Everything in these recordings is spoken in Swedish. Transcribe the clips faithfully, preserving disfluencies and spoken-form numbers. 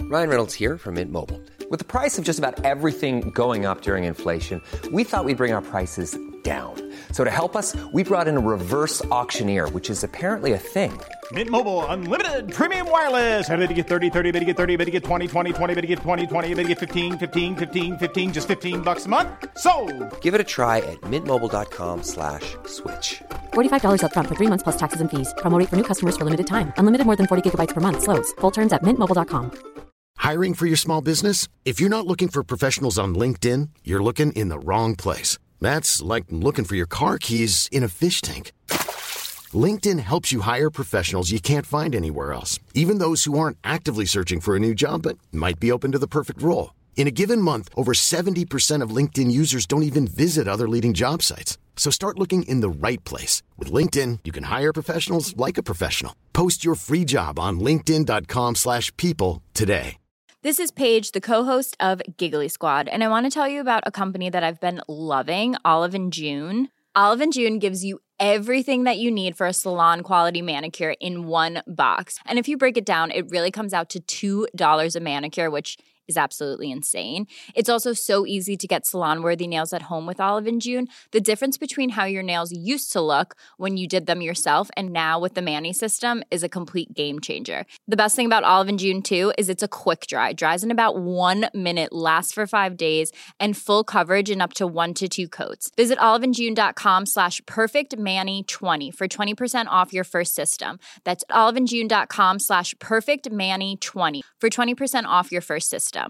Ryan Reynolds here from Mint Mobile. With the price of just about everything going up during inflation, we thought we'd bring our prices down. So to help us, we brought in a reverse auctioneer, which is apparently a thing. Mint Mobile Unlimited Premium Wireless. How to get thirty, thirty, how to get thirty, how to get twenty, twenty, twenty, how to get twenty, twenty, how to get fifteen, fifteen, fifteen, fifteen, just fifteen bucks a month? Sold! Give it a try at mintmobile.com slash switch. forty-five dollars up front for three months plus taxes and fees. Promo rate for new customers for limited time. Unlimited more than forty gigabytes per month. Slows full terms at mint mobile dot com. Hiring for your small business? If you're not looking for professionals on LinkedIn, you're looking in the wrong place. That's like looking for your car keys in a fish tank. LinkedIn helps you hire professionals you can't find anywhere else, even those who aren't actively searching for a new job but might be open to the perfect role. In a given month, over seventy percent of LinkedIn users don't even visit other leading job sites. So start looking in the right place. With LinkedIn, you can hire professionals like a professional. Post your free job on linkedin dot com slash people today. This is Paige, the co-host of Giggly Squad, and I want to tell you about a company that I've been loving, Olive and June. Olive and June gives you everything that you need for a salon-quality manicure in one box. And if you break it down, it really comes out to two dollars a manicure, which is absolutely insane. It's also so easy to get salon-worthy nails at home with Olive and June. The difference between how your nails used to look when you did them yourself and now with the Mani system is a complete game changer. The best thing about Olive and June, too, is it's a quick dry. Dries in about one minute, lasts for five days, and full coverage in up to one to two coats. Visit oliveandjune.com slash perfectmani20 for twenty percent off your first system. That's oliveandjune.com slash perfectmani20 for twenty percent off your first system.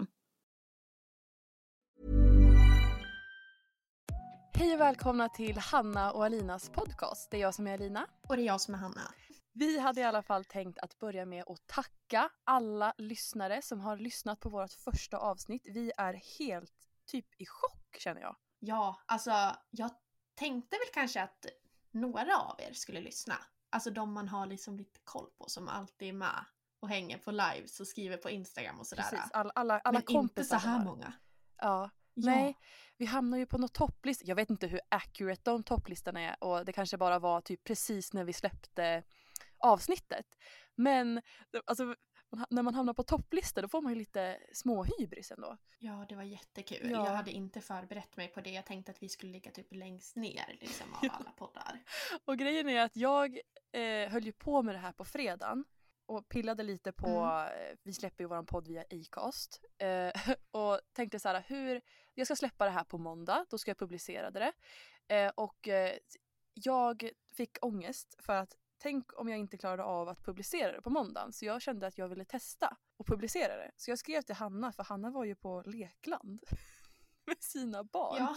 Hej och välkomna till Hanna och Alinas podcast. Det är jag som är Alina. Och det är jag som är Hanna. Vi hade i alla fall tänkt att börja med att tacka alla lyssnare som har lyssnat på vårt första avsnitt. Vi är helt typ i chock, känner jag. Ja, alltså jag tänkte väl kanske att några av er skulle lyssna. Alltså de man har liksom lite koll på, som alltid är med och hänger på lives och skriver på Instagram och sådär. Precis, alla, alla, alla men kompisar. inte så här många. Ja. Ja. Nej, vi hamnar ju på något topplist. Jag vet inte hur accurate de topplistorna är, och det kanske bara var typ precis när vi släppte avsnittet. Men alltså, när man hamnar på topplistor då får man ju lite små hybris ändå. Ja, det var jättekul. Ja. Jag hade inte förberett mig på det. Jag tänkte att vi skulle ligga typ längst ner liksom, av alla poddar. Och grejen är att jag eh, höll ju på med det här på fredagen. Och pillade lite på, mm. vi släpper ju våran podd via Acast. Eh, och tänkte så här, hur, jag ska släppa det här på måndag, då ska jag publicera det. Eh, och eh, jag fick ångest för att tänk om jag inte klarade av att publicera det på måndagen. Så jag kände att jag ville testa och publicera det. Så jag skrev till Hanna, för Hanna var ju på lekland med sina barn. Ja.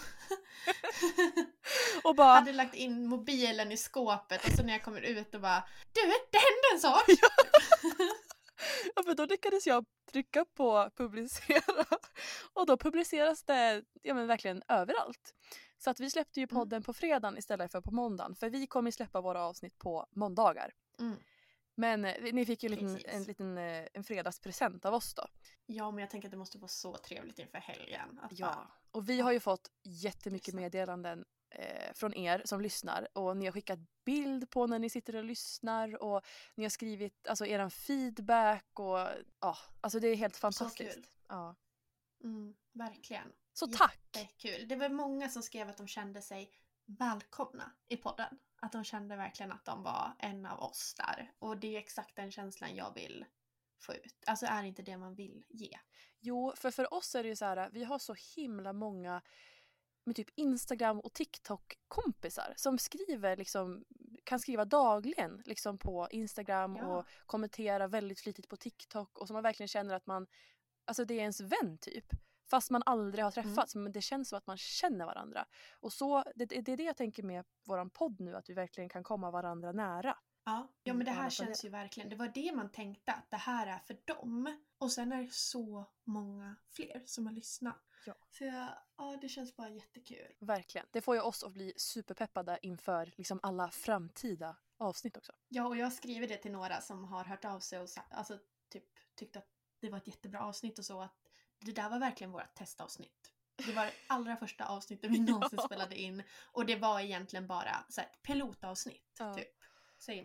Och bara, jag hade lagt in mobilen i skåpet och så när jag kommer ut och bara, du, det hände en sak! Ja, men då lyckades jag trycka på publicera och då publiceras det ja, men verkligen överallt. Så att vi släppte ju podden mm. på fredagen istället för på måndagen, för vi kommer släppa våra avsnitt på måndagar. Mm. Men eh, ni fick ju en liten, en liten eh, en fredagspresent av oss då. Ja, men jag tänker att det måste vara så trevligt inför helgen. Att ja, bara... och vi har ju fått jättemycket meddelanden eh, från er som lyssnar. Och ni har skickat bild på när ni sitter och lyssnar. Och ni har skrivit alltså, eran feedback. Och ja, alltså det är helt fantastiskt. Så kul. Ja. Mm, verkligen. Så tack! Jättekul. Det var många som skrev att de kände sig välkomna i podden. Att de kände verkligen att de var en av oss där. Och det är exakt den känslan jag vill få ut. Alltså är det inte det man vill ge? Jo, för för oss är det ju så här, vi har så himla många med typ Instagram och TikTok-kompisar som skriver liksom, kan skriva dagligen liksom på Instagram ja. Och kommentera väldigt flitigt på TikTok och som man verkligen känner att man, alltså det är ens vän typ. Fast man aldrig har träffats, mm. men det känns som att man känner varandra. Och så, det, det är det jag tänker med våran podd nu, att vi verkligen kan komma varandra nära. Ja, ja men det här känns ju verkligen, det var det man tänkte, att det här är för dem. Och sen är det så många fler som har lyssnat. Ja. Så jag, ja, det känns bara jättekul. Verkligen, det får ju oss att bli superpeppade inför liksom alla framtida avsnitt också. Ja, och jag skriver det till några som har hört av sig och alltså, typ, tyckte att det var ett jättebra avsnitt och så, att det där var verkligen vårt testavsnitt. Det var det allra första avsnittet vi någonsin ja. spelade in. Och det var egentligen bara så här, ett pilotavsnitt, ja. typ. Säger man så?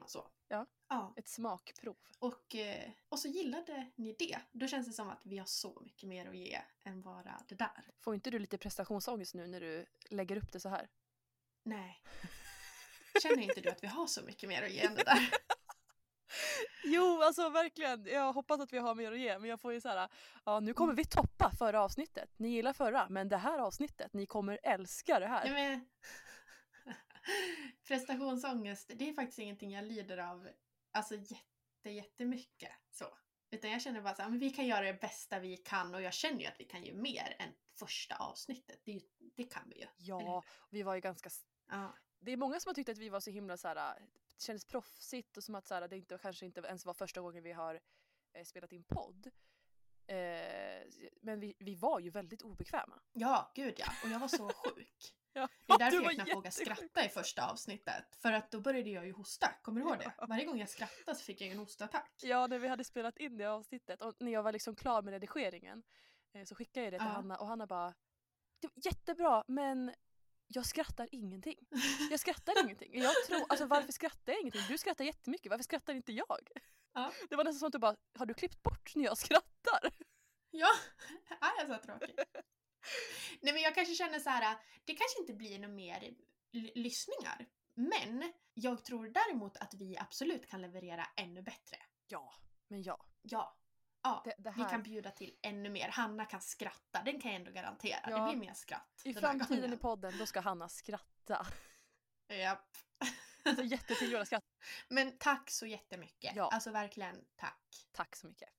Ja. Ja. Ett smakprov. Och, eh, och så gillade ni det. Då känns det som att vi har så mycket mer att ge än bara det där. Får inte du lite prestationsångest nu när du lägger upp det så här? Nej. Känner inte du att vi har så mycket mer att ge än det där? Jo, alltså verkligen. Jag hoppas att vi har mer att ge. Men jag får ju så här, ja nu kommer vi toppa förra avsnittet. Ni gillar förra, men det här avsnittet, ni kommer älska det här. Nej, men... Prestationsångest, det är faktiskt ingenting jag lider av alltså jätte, jättemycket så. Utan jag känner bara så här, men vi kan göra det bästa vi kan och jag känner ju att vi kan ju mer än första avsnittet. Det, är ju, det kan vi ju. Ja, vi var ju ganska... Ja. Det är många som har tyckt att vi var så himla så här, det kändes proffsigt och som att så här, det inte, kanske inte ens var första gången vi har eh, spelat in podd. Eh, men vi, vi var ju väldigt obekväma. Ja, gud ja. Och jag var så sjuk. Ja, det är därför jag knappt vågade skratta i första avsnittet. För att då började jag ju hosta. Kommer du ihåg det? Varje gång jag skrattade så fick jag ju en hostattack. Ja, när vi hade spelat in det avsnittet och när jag var liksom klar med redigeringen eh, så skickade jag det till Ja. Hanna och Hanna bara, det var jättebra men jag skrattar ingenting. Jag skrattar ingenting. Jag tror, alltså varför skrattar jag ingenting? Du skrattar jättemycket, varför skrattar inte jag? Ja. Det var nästan som att du bara, har du klippt bort när jag skrattar? Ja, är jag så tråkig? Nej, men jag kanske känner så här, det kanske inte blir några mer l- lyssningar. Men jag tror däremot att vi absolut kan leverera ännu bättre. Ja, men ja. Ja, ja Det- det här- vi kan bjuda till ännu mer. Hanna kan skratta, den kan jag ändå garantera. Ja. Det blir mer skratt. I den här framtiden gången. i podden, då ska Hanna skratta. Japp. Alltså jättetillgjorda skratt. Men tack så jättemycket. Ja. Alltså verkligen tack. Tack så mycket.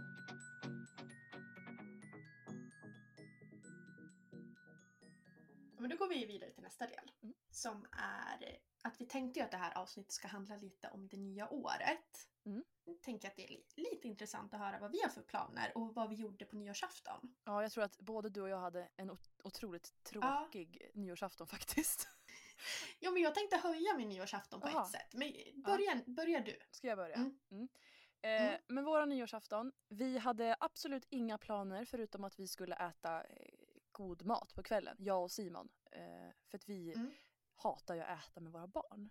Men då går vi vidare till nästa del. Mm. Som är att vi tänkte ju att det här avsnittet ska handla lite om det nya året. Mm. Jag tänker att det är li- lite intressant att höra vad vi har för planer och vad vi gjorde på nyårsafton. Ja, jag tror att både du och jag hade en ot- otroligt tråkig nyårsafton faktiskt. Ja, men jag tänkte höja min nyårsafton på Aha. ett sätt. Men börja, börja du. Ska jag börja? Mm. Mm. Eh, Mm. Men våra nyårsafton, vi hade absolut inga planer förutom att vi skulle äta eh, god mat på kvällen, jag och Simon. Eh, för att vi Mm. hatar ju att äta med våra barn.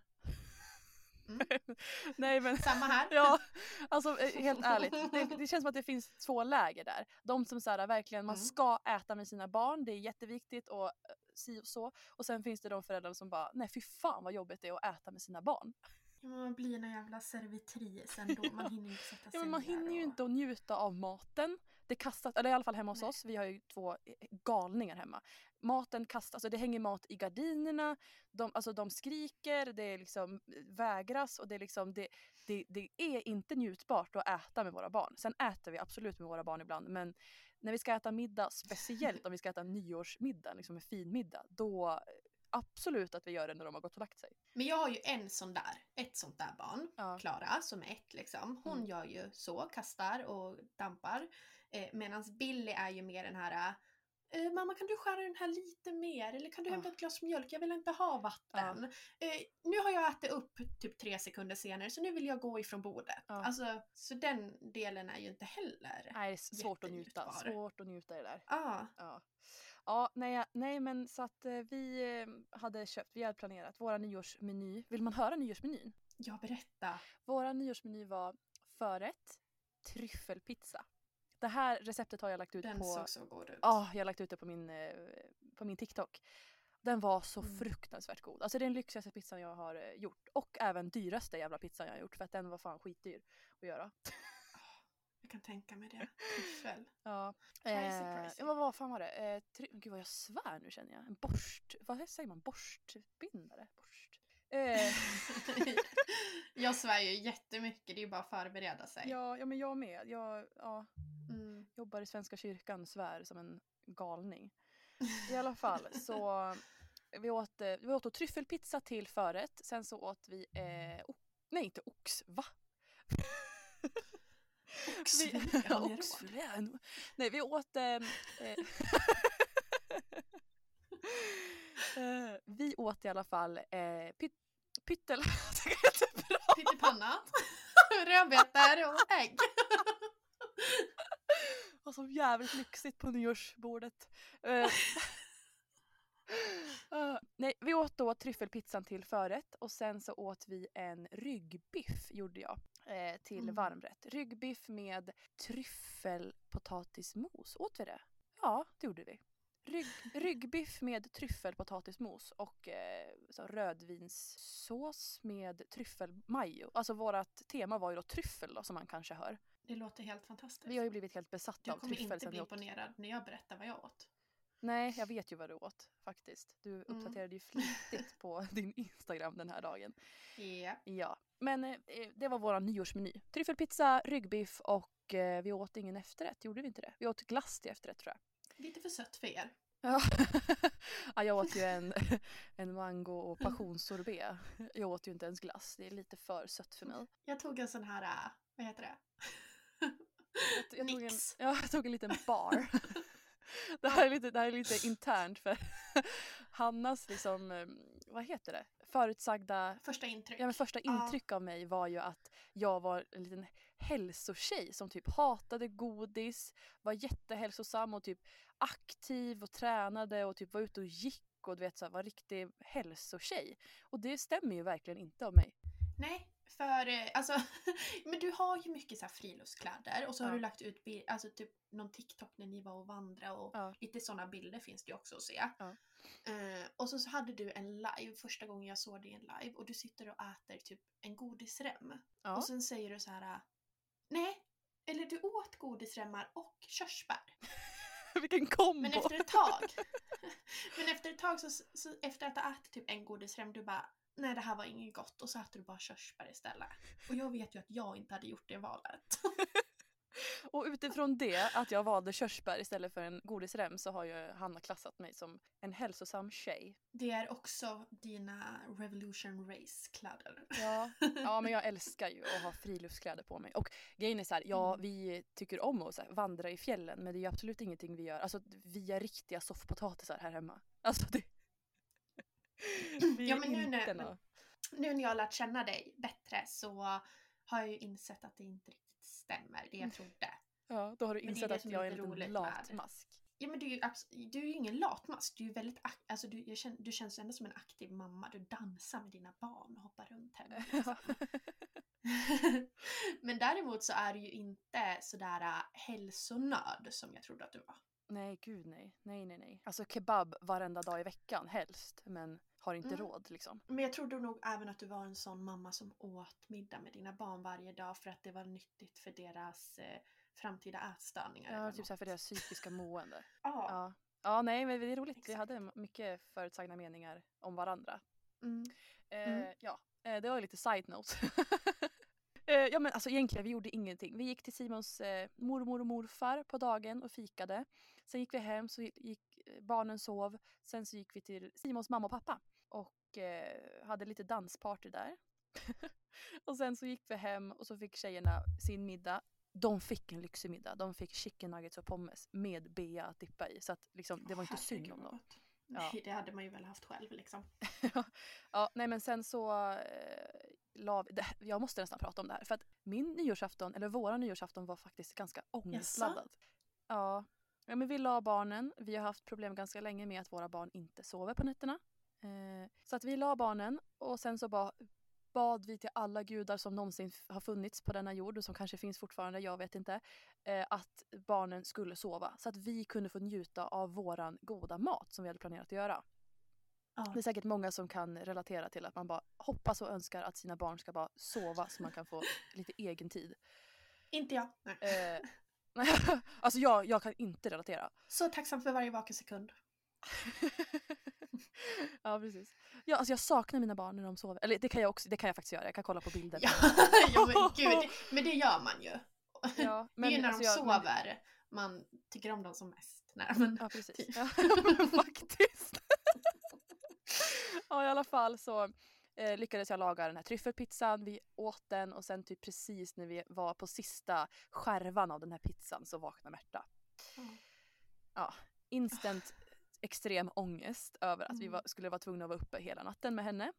Mm. Nej men... Samma här. Ja, alltså eh, helt ärligt. Det, det känns som att det finns två läger där. De som så här, verkligen, man Mm. ska äta med sina barn, det är jätteviktigt och eh, si och så. Och sen finns det de föräldrar som bara, nej fy fan vad jobbigt det är att äta med sina barn. Ja, men man blir en jävla servitris ändå. Man hinner inte sätta sig Ja, men man ner hinner ju och... inte att njuta av maten. Det kastas, eller i alla fall hemma hos Nej. oss. Vi har ju två galningar hemma. Maten kastas, alltså det hänger mat i gardinerna. De, alltså de skriker, det är liksom vägras och det är liksom, det, det, det är inte njutbart att äta med våra barn. Sen äter vi absolut med våra barn ibland, men när vi ska äta middag, speciellt om vi ska äta nyårsmiddag, liksom en fin middag, då absolut att vi gör det när de har gått och lagt sig. Men jag har ju en sån där, ett sånt där barn, Ja. Klara, som är ett liksom. Hon Mm. gör ju så, kastar och dampar. Eh, Medan Billy är ju mer den här, eh, mamma kan du skära den här lite mer? Eller kan du hämta Ja. ett glas mjölk? Jag vill inte ha vatten. Eh, nu har jag ätit upp typ tre sekunder senare så nu vill jag gå ifrån bordet. Ja. Alltså, så den delen är ju inte heller. Nej, det är svårt att njuta. Jättenjutbar. Svårt att njuta i det där. Ah, Ja, ja nej, nej men så att eh, vi eh, hade köpt, vi hade planerat våra nyårsmeny. Vill man höra nyårsmenyn? jag berätta. Våra nyårsmeny var förrätt, tryffelpizza. Det här receptet har jag lagt ut Den på... såg så god ut. Ja, jag har lagt ut det på min, eh, på min TikTok. Den var så Mm. fruktansvärt god. Alltså det är den lyxigaste pizzan jag har eh, gjort. Och även dyraste jävla pizzan jag har gjort. För att den var fan skitdyr att göra. Jag kan tänka mig det. Tryffel. Ja. Crazy, Eh, crazy. ja, vad, vad fan var det? Eh, try- Gud vad jag svär nu känner jag. En borst... Vad säger man? Borstbindare? Borst... Eh, Jag svär ju jättemycket, det är ju bara att förbereda sig. ja, ja, men jag med. Jag ja, Mm. jobbar i Svenska kyrkan, svär som en galning. I alla fall så... Vi åt, eh, vi åt tryffelpizza till förrätt. Sen så åt vi... Eh, o- nej, inte ox. Va? Oxfilé, Vi, har ni råd? oxfilé. Nej, vi åt... Eh, eh, eh, vi åt i alla fall eh, pyt, pyttel... Det är jättebra. Pyttipanna, rödbetor och ägg. Och så jävligt lyxigt på nyårsbordet. Eh, eh, Nej, vi åt då tryffelpizzan till förrätt och sen så åt vi en ryggbiff gjorde jag eh, till Mm. varmrätt. Ryggbiff med tryffelpotatismos. Åt vi det? Ja, det gjorde vi. Rygg, ryggbiff med tryffelpotatismos och eh, så rödvinssås med tryffelmajo. Alltså vårat tema var ju då tryffel då, som man kanske hör. Det låter helt fantastiskt. Vi har ju blivit helt besatta Du av kommer tryffel inte sen bli vi åt. imponerad när jag berättar vad jag åt. Nej, jag vet ju vad du åt faktiskt. Du Mm. uppdaterade ju flitigt på din Instagram den här dagen. Ja. Ja, men eh, det var vår nyårsmeny. Tryffelpizza, ryggbiff och eh, vi åt ingen efterrätt. Gjorde vi inte det? Vi åt glass till efterrätt tror jag. Lite för sött för er. Ja. Ja, jag åt ju en, en mango och passionsorbet. Jag åt ju inte ens glass. Det är lite för sött för mig. Jag tog en sån här, äh, vad heter det? Jag, jag, tog en, Nix. ja, jag tog en liten bar. Det här är lite, det här är lite internt för Hannas liksom, eh, vad heter det? Förutsagda, Första intryck. ja men första Ja. intryck av mig var ju att jag var en liten hälsotjej som typ hatade godis, var jättehälsosam och typ aktiv och tränade och typ var ute och gick och du vet så här, var riktig hälsotjej. Och det stämmer ju verkligen inte om mig. Nej, för eh, alltså, men du har ju mycket så här friluftskläder och så har Ja. du lagt ut bi- alltså typ någon TikTok när ni var och vandrade och Ja. lite sådana bilder finns det ju också att se. Ja. Eh, och så, så hade du en live, första gången jag såg dig i en live och du sitter och äter typ en godisrem. Ja. Och sen säger du så här: nej, eller du åt godisremmar och körsbär. Vilken kombo! Men efter ett tag, men efter ett tag så, så efter att ha ätit typ en godisrem, du bara, nej det här var inget gott och så äter du bara körsbär istället. Och jag vet ju att jag inte hade gjort det valet. Och utifrån det, att jag valde körsbär istället för en godisrem, så har ju Hanna klassat mig som en hälsosam tjej. Det är också dina Revolution Race-kläder. Ja, ja men jag älskar ju att ha friluftskläder på mig. Och grejen är så här, ja Mm. vi tycker om att så här, vandra i fjällen, men det är ju absolut ingenting vi gör. Alltså vi är riktiga soffpotatisar här hemma. Alltså det... vi Ja, är men nu inte när- nå- Nu när jag har lärt känna dig bättre så har jag ju insett att det inte riktigt stämmer, det jag trodde. Ja, då har du Men det är insett det att som är jag är en lite liten roligt latmask. Ja, men du är ju, abs- du är ju ingen latmask, du är ju väldigt ak- alltså du, jag känner, du känns ändå som en aktiv mamma, du dansar med dina barn och hoppar runt hemma. Liksom. Men däremot så är du ju inte sådär äh, hälsonörd som jag trodde att du var. Nej, gud nej. Nej, nej, nej. Alltså kebab varenda dag i veckan helst, men har inte Mm. råd liksom. Men jag trodde nog även att du var en sån mamma som åt middag med dina barn varje dag för att det var nyttigt för deras eh, framtida ätstörningar. Ja, eller typ så här för något. deras psykiska mående. Ja. Ja. Ja, nej, men det är roligt. Vi Exakt. hade mycket förutsagda meningar om varandra. Mm. Eh, Mm. Ja, eh, det var lite side note. eh, ja, men alltså egentligen, vi gjorde ingenting. Vi gick till Simons eh, mormor och morfar på dagen och fikade. Sen gick vi hem, så gick eh, barnen sov. Sen så gick vi till Simons mamma och pappa och eh, hade lite dansparty där. Och sen så gick vi hem och så fick tjejerna sin middag. De fick en lyxig middag. De fick chicken nuggets och pommes med bea att dippa i. Så att liksom, det var inte synd Herregud, om vad dem. gott. Ja. Nej, det hade man ju väl haft själv liksom. Ja, nej men sen så eh, la vi, det, jag måste nästan prata om det här. För att min nyårsafton, eller våra nyårsafton var faktiskt ganska ångestladdad. Ja. ja, men vi la barnen. Vi har haft problem ganska länge med att våra barn inte sover på nätterna. Eh, så att vi la barnen och sen så bara bad vi till alla gudar som någonsin f- har funnits på denna jord och som kanske finns fortfarande, jag vet inte, eh, att barnen skulle sova. Så att vi kunde få njuta av våran goda mat som vi hade planerat att göra. Ja. Det är säkert många som kan relatera till att man bara hoppas och önskar att sina barn ska bara sova så man kan få lite egen tid. Inte jag. Nej. Eh, alltså jag, jag kan inte relatera. Så tacksam för varje vaken sekund. Ja, precis. Ja, alltså jag saknar mina barn när de sover. Eller det kan jag också, det kan jag faktiskt göra. Jag kan kolla på bilder. Ja, ja men gud, det, men det gör man ju. Ja, det är ju när alltså de jag- men- sover man tycker om dem som mest. Nej, men, Ja, precis. Ja, men faktiskt. Ja, i alla fall så eh, lyckades jag laga den här tryffelpizzan. Vi åt den och sen typ precis när vi var på sista skärvan av den här pizzan så vaknade Märta. Mm. Ja, instant extrem ångest över att vi Mm. var, skulle vara tvungna att vara uppe hela natten med henne.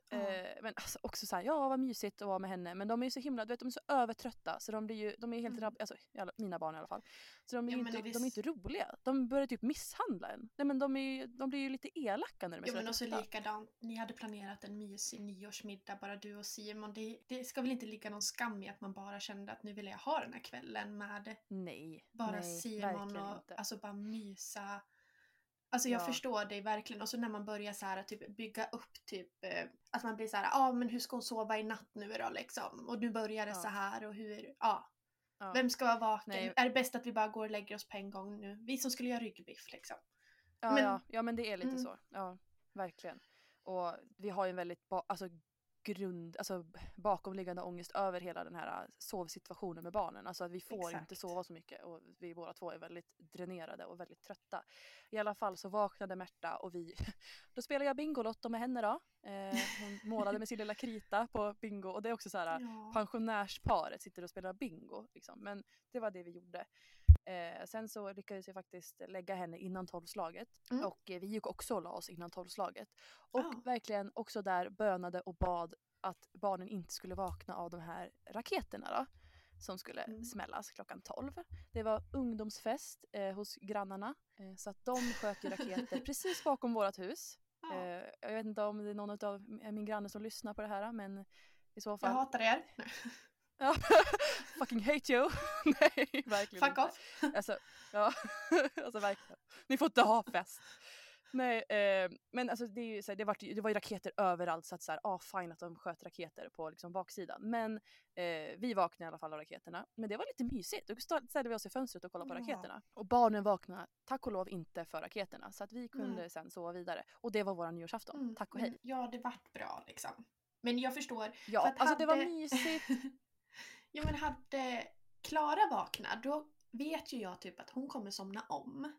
Eh, men alltså också så här, ja vad mysigt att vara med henne. Men de är ju så himla, du vet, de är så övertrötta. Så de blir ju, de är helt, mm. alltså alla, mina barn i alla fall. Så de är ju ja, inte, de är inte roliga. De börjar typ misshandla en. Nej men de, är, de blir ju lite elaka när de är ja, så men också trötta. likadant, ni hade planerat en mysig nyårsmiddag, bara du och Simon. Det, det ska väl inte ligga någon skam i att man bara kände att nu vill jag ha den här kvällen med nej, bara nej, Simon och inte. Alltså bara mysa. Alltså jag ja. förstår dig verkligen. Och så när man börjar så här typ bygga upp typ eh, att man blir så här, ja ah, men hur ska hon sova i natt nu då liksom? Och nu börjar det ja. så här och hur, ja. ja. Vem ska vara vaken? Nej. Är det bäst att vi bara går och lägger oss på en gång nu? Vi som skulle göra ryggbiff liksom. Ja, men, ja. ja men det är lite mm. så. Ja, verkligen. Och vi har ju en väldigt, ba- alltså grund, alltså bakomliggande ångest över hela den här sovsituationen med barnen. Alltså att vi får Exakt. inte sova så mycket och vi båda två är väldigt dränerade och väldigt trötta. I alla fall så vaknade Märta och vi, då spelade jag Bingolotto med henne då. Eh, hon målade med sin lilla krita på bingo och det är också så här ja. pensionärsparet sitter och spelar bingo liksom. Men det var det vi gjorde. Eh, sen så lyckades jag faktiskt lägga henne innan tolvslaget mm. och eh, vi gick också och la oss innan tolvslaget och oh. verkligen också där bönade och bad att barnen inte skulle vakna av de här raketerna då, som skulle mm. smällas klockan tolv. Det var ungdomsfest eh, hos grannarna eh, så att de sköt ju raketer precis bakom vårat hus. Oh. Eh, jag vet inte om det är någon av min granne som lyssnar på det här men i så fall... Jag hatar er. Ja, fucking hate you. Nej, verkligen Fuck inte. off. Alltså, ja, alltså verkligen. Ni får inte ha fest. Nej, eh, men alltså det, är ju, så här, det, var, det var ju raketer överallt så att så här, ah, fine att de sköt raketer på liksom, baksidan. Men eh, vi vaknade i alla fall av raketerna. Men det var lite mysigt. Då ställde vi oss i fönstret och kollade på ja. raketerna. Och barnen vaknade, tack och lov, inte för raketerna. Så att vi kunde mm. sen sova vidare. Och det var våra nyårsafton. Mm. Tack och hej. Ja, det vart bra liksom. Men jag förstår. Ja, för att alltså hade... det var mysigt. Ja, men hade Klara vaknat, då vet ju jag typ att hon kommer somna om.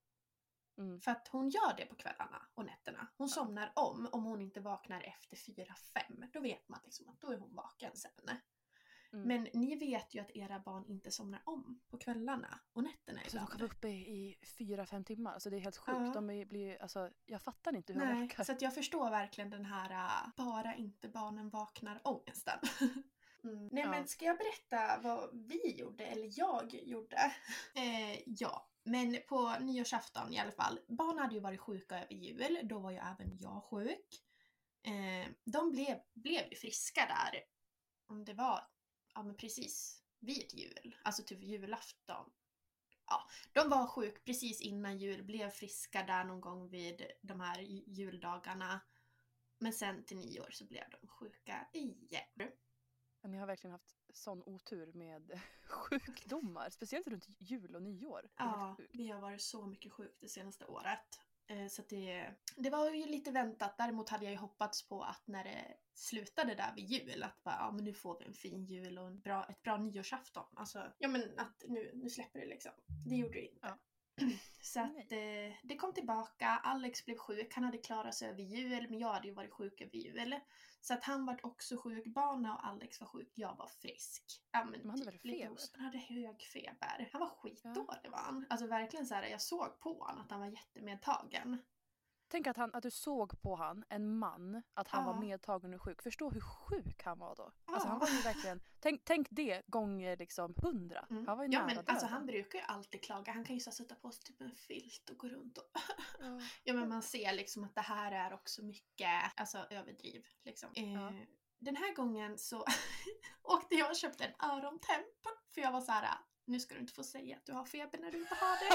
Mm. För att hon gör det på kvällarna och nätterna. Hon ja. somnar om om hon inte vaknar efter fyra fem. Då vet man liksom att då är hon vaken sen. Mm. Men ni vet ju att era barn inte somnar om på kvällarna och nätterna. Alltså, de kan vara uppe i fyra fem timmar. Alltså det är helt sjukt. Ja. De är, blir, alltså, jag fattar inte hur Nej, de orkar. Så att jag förstår verkligen den här uh, bara inte barnen vaknar ångesten. Mm. Nej ja. men ska jag berätta vad vi gjorde, eller jag gjorde? Eh, ja, men på nyårsafton i alla fall. Barn hade ju varit sjuka över jul, då var ju även jag sjuk. Eh, de blev, blev ju friska där, om det var ja, men precis vid jul, alltså typ julafton. Ja, de var sjuk precis innan jul, blev friska där någon gång vid de här juldagarna. Men sen till nyår så blev de sjuka igen. Ni har verkligen haft sån otur med sjukdomar. Speciellt runt jul och nyår. Ja, vi har varit så mycket sjuk det senaste året. Så att det, det var ju lite väntat. Däremot hade jag ju hoppats på att när det slutade där vid jul. Att bara, ja men nu får vi en fin jul och en bra, ett bra nyårsafton. Alltså, ja men att nu, nu släpper det liksom. Det gjorde det inte. Ja. Så att eh, det kom tillbaka. Alex blev sjuk. Han hade klarat sig över jul. Men jag hade ju varit sjuk över jul. Så att han var också sjuk. Barna och Alex var sjuk. Jag var frisk. Ja, men han hade väl feber? Han hade hög feber. Han var skitdålig ja. var han. Alltså verkligen så här. Jag såg på honom att han var jättemedtagen. Tänk att, han, att du såg på han, en man, att han ja. var medtagen och sjuk. Förstå hur sjuk han var då. Ja. Alltså han var ju verkligen, tänk, tänk det gånger liksom hundra. Mm. Han var ju ja nära men döden. Alltså han brukar ju alltid klaga. Han kan ju så sätta på sig typ en filt och gå runt och ja. ja men man ser liksom att det här är också mycket, alltså överdriv liksom. Ja. Eh, den här gången så åkte jag och köpte en örontemp. För jag var så här, nu ska du inte få säga att du har feber när du inte har det.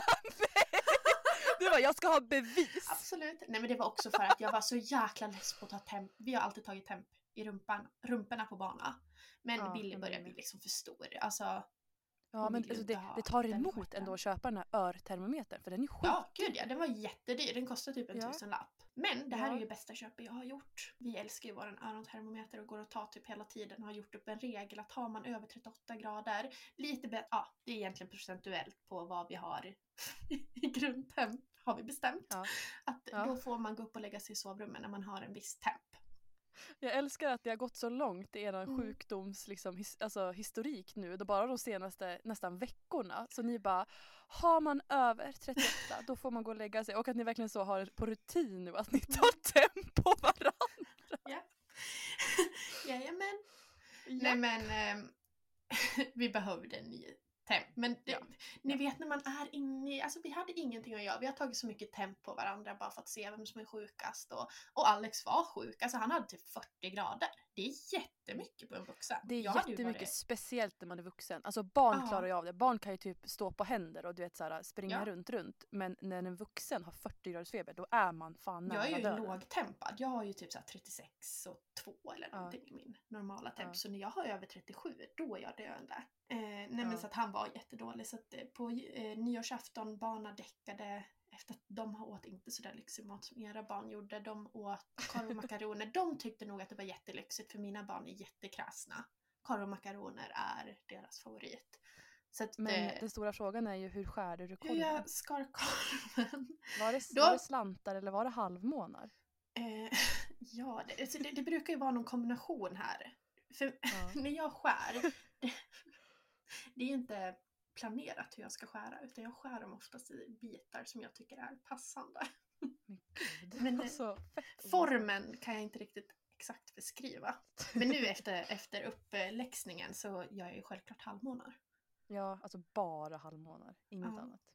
Du var, jag ska ha bevis. Absolut. Nej men det var också för att jag var så jäkla less på att ta temp. Vi har alltid tagit temp i rumpan, rumporna på barna. Men ja, Billy börjar bli liksom för stor. Alltså, ja men alltså det, det tar emot ändå att köpa den här örtermometern. För den är sjuk. Ja gud ja, den var jättedyr. Den kostar typ en ja. tusen lapp. Men det här ja. är ju bästa köpet jag har gjort. Vi älskar ju våran örontermometer och går att ta typ hela tiden. Och har gjort upp en regel att har man över trettioåtta grader. Lite bättre, ja det är egentligen procentuellt på vad vi har i grundtemp. Har vi bestämt. Ja. Att ja. då får man gå upp och lägga sig i sovrummet när man har en viss temp. Jag älskar att det har gått så långt i er mm. sjukdoms liksom, his, alltså, historik nu. Då bara de senaste nästan veckorna. Så ni bara, har man över trettioåtta då får man gå och lägga sig. Och att ni verkligen så har på rutin nu att ni tar temp på varandra. Ja. Jajamän. Ja. Nej men eh, vi behövde en ny temp. Men det, Ja. ni Ja. vet när man är inne i, alltså vi hade ingenting att göra. Vi har tagit så mycket temp på varandra bara för att se vem som är sjukast. Och, och Alex var sjuk, alltså han hade typ fyrtio grader. Det är jättemycket på en vuxen. Det är Jag hade ju jättemycket, varit- speciellt när man är vuxen. Alltså barn Ja. klarar ju av det. Barn kan ju typ stå på händer och du vet såhär, springa Ja. runt runt. Men när en vuxen har fyrtio graders feber, då är man fan nära Jag är ju döden. lågtempad. Jag har ju typ så här trettiosex och två eller Ja. någonting i min normala temp. Ja. Så när jag har över trettiosju, då är jag döende. Eh, nej Ja. men så att han var jättedålig. Så att eh, på eh, nyårsafton, barna däckade efter att de har åt inte sådär lyxig mat som era barn gjorde. De åt korv och makaroner. De tyckte nog att det var jättelyxigt för mina barn är jättekrasna. Korv och makaroner är deras favorit. Så att, Men eh, den stora frågan är ju, hur skär du hur korven? jag skar korven. Var det, Då- var det slantar eller var det halvmånar? Eh, ja, det, alltså det, det brukar ju vara någon kombination här. För Ja. när jag skär, det, det är ju inte planerat hur jag ska skära, utan jag skär dem oftast i bitar som jag tycker är passande. Men gud, Men, eh, alltså, fett Formen kan jag inte riktigt exakt beskriva. Men nu efter, efter uppläxningen så gör jag ju självklart halvmånar. Ja, alltså bara halvmånar, inget Ja. annat.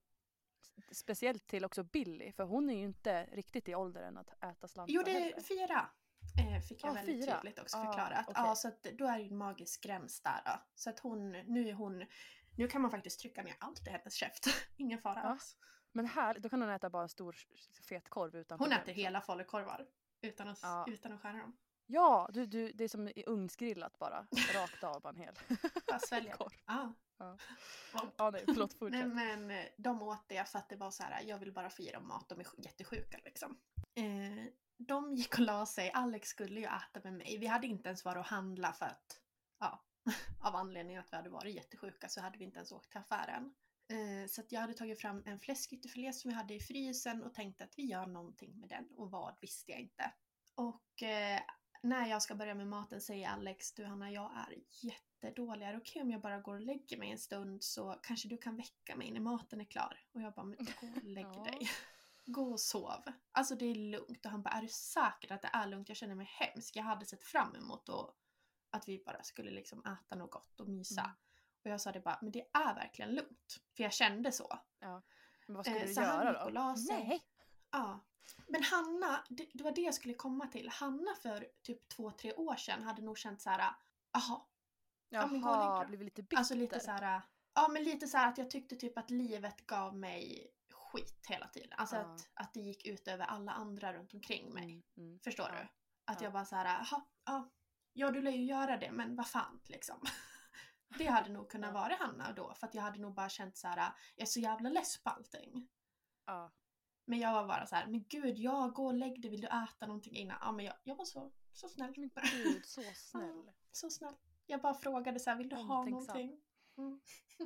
S- Speciellt till också Billy, för hon är ju inte riktigt i åldern att äta slantar Jo, det är heller. fyra. Eh, fick jag Ah, väldigt fyra. tydligt också Ah, förklarat. okej. Ja, så att då är det en magisk gräns där då. Så att hon, nu är hon, nu kan man faktiskt trycka ner allt i hennes käft. Ingen fara Ja. alls. Men här, då kan hon äta bara en stor fet korv utan Hon problem, äter liksom. hela falukorvar utan att, Ja. utan att skära dem. Ja, du, du, det är som i ugnsgrillat bara. Rakt av bara en hel. Bara svälja. korv. Ja. Ja. Ja. Ja, nej, förlåt, Nej, fortsätt. men eh, de åt det för att det var så här, jag vill bara få i dem mat, de är sj- jättesjuka liksom. Eh, de gick och la sig, Alex skulle ju äta med mig. Vi hade inte ens varit och handla för att, ja, av anledningen att vi hade varit jättesjuka så hade vi inte ens åkt till affären. Eh, så att jag hade tagit fram en fläskytterfilé som vi hade i frysen och tänkte att vi gör någonting med den. Och vad visste jag inte. Och eh, när jag ska börja med maten säger Alex, du Hanna, jag är jättedålig. Är det okej om jag bara går och lägger mig en stund så kanske du kan väcka mig när maten är klar? Och jag bara, men gå och lägg Ja. dig. Gå och sov. Alltså det är lugnt. Och han bara, är du säker att det är lugnt? Jag känner mig hemsk. Jag hade sett fram emot och att vi bara skulle liksom äta något gott och mysa. Mm. Och jag sa det bara, men det är verkligen lugnt. För jag kände så. Ja. Men vad skulle Eh, du så han göra gick då? och la sig. Nej! Ja. Men Hanna, det, det var det jag skulle komma till. Hanna för typ två, tre år sedan hade nog känt så här, jaha. Ja, men gå och lägg dig Jaha, då. blivit lite bitter. Alltså lite så här, ja men lite så här att jag tyckte typ att livet gav mig skit hela tiden. Alltså Ja. att, att det gick ut över alla andra runt omkring mig. Mm, mm. Förstår Ja. du? Att Ja. jag bara så här, jaha, ja, ja du lär ju göra det, men vad fan liksom. Det hade nog kunnat Ja. vara Hanna då, för att jag hade nog bara känt så här, jag är så jävla less på allting. Ja. Men jag var bara så här, men gud, jag går och lägg dig, vill du äta någonting innan? Ja, men jag, jag var så, så snäll. Men gud, så snäll. Ja, så snäll. Jag bara frågade så här, vill du ha Omtänksam. någonting? Mm.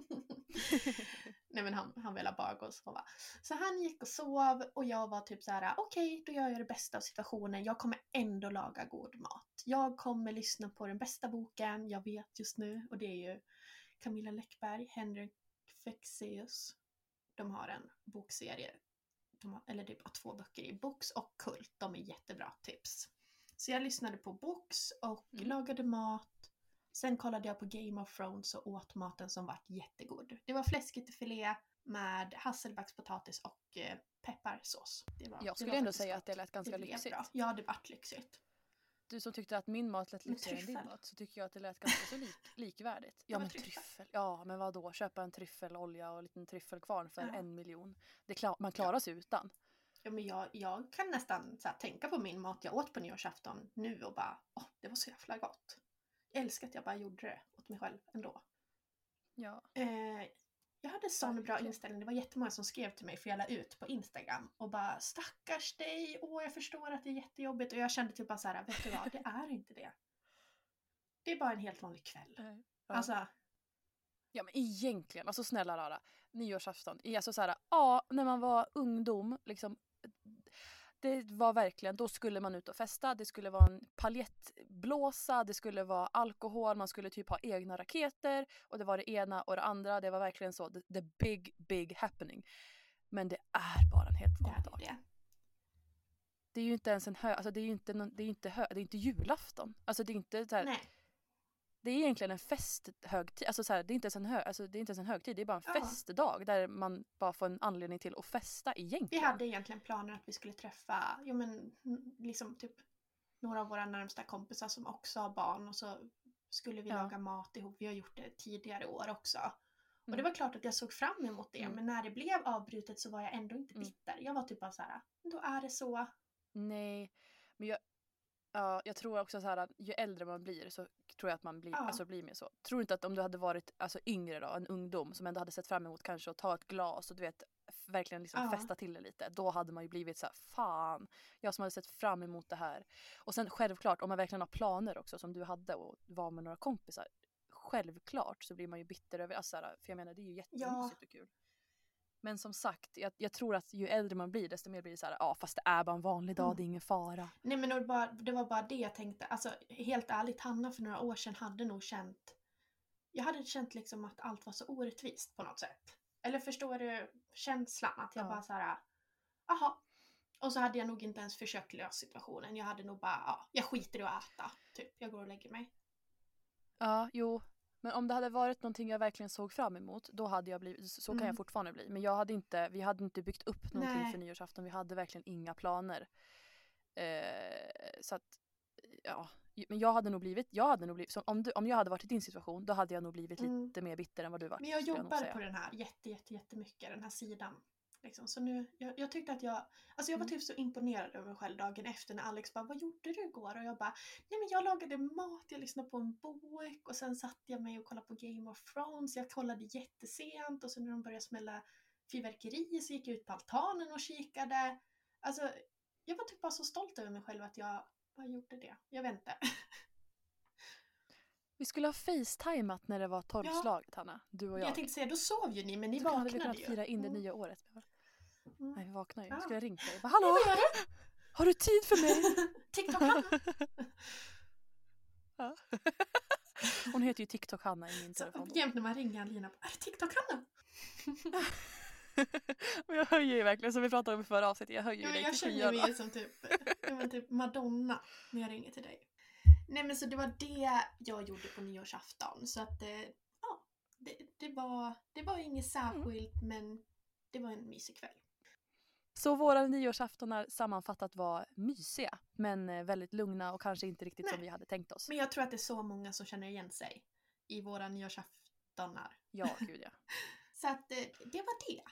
Nej men han, han ville bara gå och sova. Så han gick och sov och jag var typ så här: okej, då gör jag det bästa av situationen. Jag kommer ändå laga god mat. Jag kommer lyssna på den bästa boken jag vet just nu. Och det är ju Camilla Läckberg, Henrik Fexeus. De har en bokserie. De har, eller det är bara två böcker i Box och Kult. De är jättebra tips. Så jag lyssnade på Box och Mm. lagade mat. Sen kollade jag på Game of Thrones och åt maten som var jättegod. Det var fläskytterfilé med hasselbackspotatis och eh, pepparsås. Det var, Jag skulle var ändå faktiskt säga gott. att det lät ganska Det blev lyxigt. bra. Ja, det vart lyxigt. Du som tyckte att min mat lät Men lyxigare än din tryffel. mat, så tycker jag att det lät ganska så lik, likvärdigt. Ja, var men tryffel. tryffel. Ja, men vad då? Köpa en tryffelolja och en liten tryffelkvarn för Ja. en miljon. Det klar, man klarar sig utan. Ja, men jag, jag kan nästan så här, tänka på min mat jag åt på nyårsafton nu och bara, åh, det var så jävla gott. Jag älskar att jag bara gjorde det åt mig själv ändå. Ja. Eh, jag hade sån bra Verkligen. inställning. Det var jättemånga som skrev till mig för jag la ut på Instagram och bara, stackars dig, åh jag förstår att det är jättejobbigt. Och jag kände typ bara så här, vet du vad, det är inte det. Det är bara en helt vanlig kväll. Ja. Alltså, Ja, men egentligen, alltså snälla rara, nyårsafton, i- alltså så här, ja, när man var ungdom, liksom, det var verkligen, då skulle man ut och festa, det skulle vara en paljettblåsa, det skulle vara alkohol, man skulle typ ha egna raketer, och det var det ena och det andra, det var verkligen så, the, the big, big happening. Men det är bara en helt det vanlig är dag. det. det är ju inte ens en hö, alltså det är ju inte någon, det är inte hö, det är inte julafton. Alltså det är inte så här, Nej. det är egentligen en festhögtid. Alltså så här, det är inte ens en hö, alltså det är inte ens en högtid, det är bara en Ja. festdag där man bara får en anledning till att festa egentligen. Vi hade egentligen planer att vi skulle träffa, jo men liksom typ några av våra närmsta kompisar som också har barn, och så skulle vi Ja. laga mat ihop. Vi har gjort det tidigare år också. Och Mm. det var klart att jag såg fram emot det, Mm. men när det blev avbrutet så var jag ändå inte Mm. bitter. Jag var typ bara så här, då är det så. Nej, men jag, ja, jag tror också så här att ju äldre man blir så tror jag att man blir, Ja. alltså blir mer så. Tror du inte att om du hade varit alltså, yngre då, en ungdom som ändå hade sett fram emot kanske att ta ett glas och du vet, f- verkligen liksom Ja. festa till det lite. Då hade man ju blivit så här, fan, jag som hade sett fram emot det här. Och sen självklart, om man verkligen har planer också som du hade och var med några kompisar, självklart så blir man ju bitter över, alltså, så här, för jag menar det är ju jättemysigt och kul. Men som sagt, jag, jag tror att ju äldre man blir desto mer blir det så här, ja fast det är bara en vanlig dag, Mm. det är ingen fara. Nej men det var, bara, det var bara det jag tänkte. Alltså helt ärligt, Hanna för några år sedan hade nog känt, jag hade känt liksom att allt var så orättvist på något sätt. Eller förstår du känslan? Att jag Ja. bara så här, aha. Och så hade jag nog inte ens försökt lösa situationen. Jag hade nog bara, ja, jag skiter i att äta. Typ, jag går och lägger mig. Ja, jo. Men om det hade varit någonting jag verkligen såg fram emot, då hade jag blivit, så kan Mm. jag fortfarande bli. Men jag hade inte, vi hade inte byggt upp någonting Nej. för nyårsafton, vi hade verkligen inga planer. Eh, så att, ja. Men jag hade nog blivit, jag hade nog blivit, som om, du, om jag hade varit i din situation, då hade jag nog blivit Mm. lite mer bitter än vad du var. Men jag skulle nog jobbar säga. på den här jätte, jätte, jättemycket, den här sidan. Liksom. Så nu, jag, jag tyckte att jag, alltså jag var Mm. typ så imponerad över mig själv dagen efter när Alex bara, vad gjorde du igår? Och jag bara, nej men jag lagade mat, jag lyssnade på en bok och sen satt jag mig och kollade på Game of Thrones. Jag kollade jättesent och sen när de började smälla fyrverkerier så gick jag ut på altanen och kikade. Alltså, jag var typ bara så stolt över mig själv att jag bara gjorde det. Jag vet inte. Vi skulle ha facetimat när det var tolvslaget, Hanna. Du och jag. Jag tänkte säga, då sov ju ni, men ni Så hade vi vaknade kunnat ju. fira in det Mm. nya året. Mm. Nej, vi vaknade ju. Ja. Jag skulle ha ringt dig. Jag bara, hallå! Vad gör du? Har du tid för mig? TikTok-Hanna. Ja. Hon heter ju TikTok-Hanna i min Så telefon. jämt när man ringer Alina, är det TikTok-Hanna? Men jag höjer ju verkligen, som vi pratade om i förra avsnittet, jag höjer Ja, ju men dig jag till känner skyarna. mig som typ, ja, men typ Madonna när jag ringer till dig. Nej men så det var det jag gjorde på nyårsafton. Så att eh, ja, det, det, var, det var inget särskilt men det var en mysig kväll. Så våra nyårsaftonar sammanfattat var mysiga, men eh, väldigt lugna och kanske inte riktigt som Nej. vi hade tänkt oss. Men jag tror att det är så många som känner igen sig i våra nyårsaftonar. Ja, gud ja. Så att eh, det var det.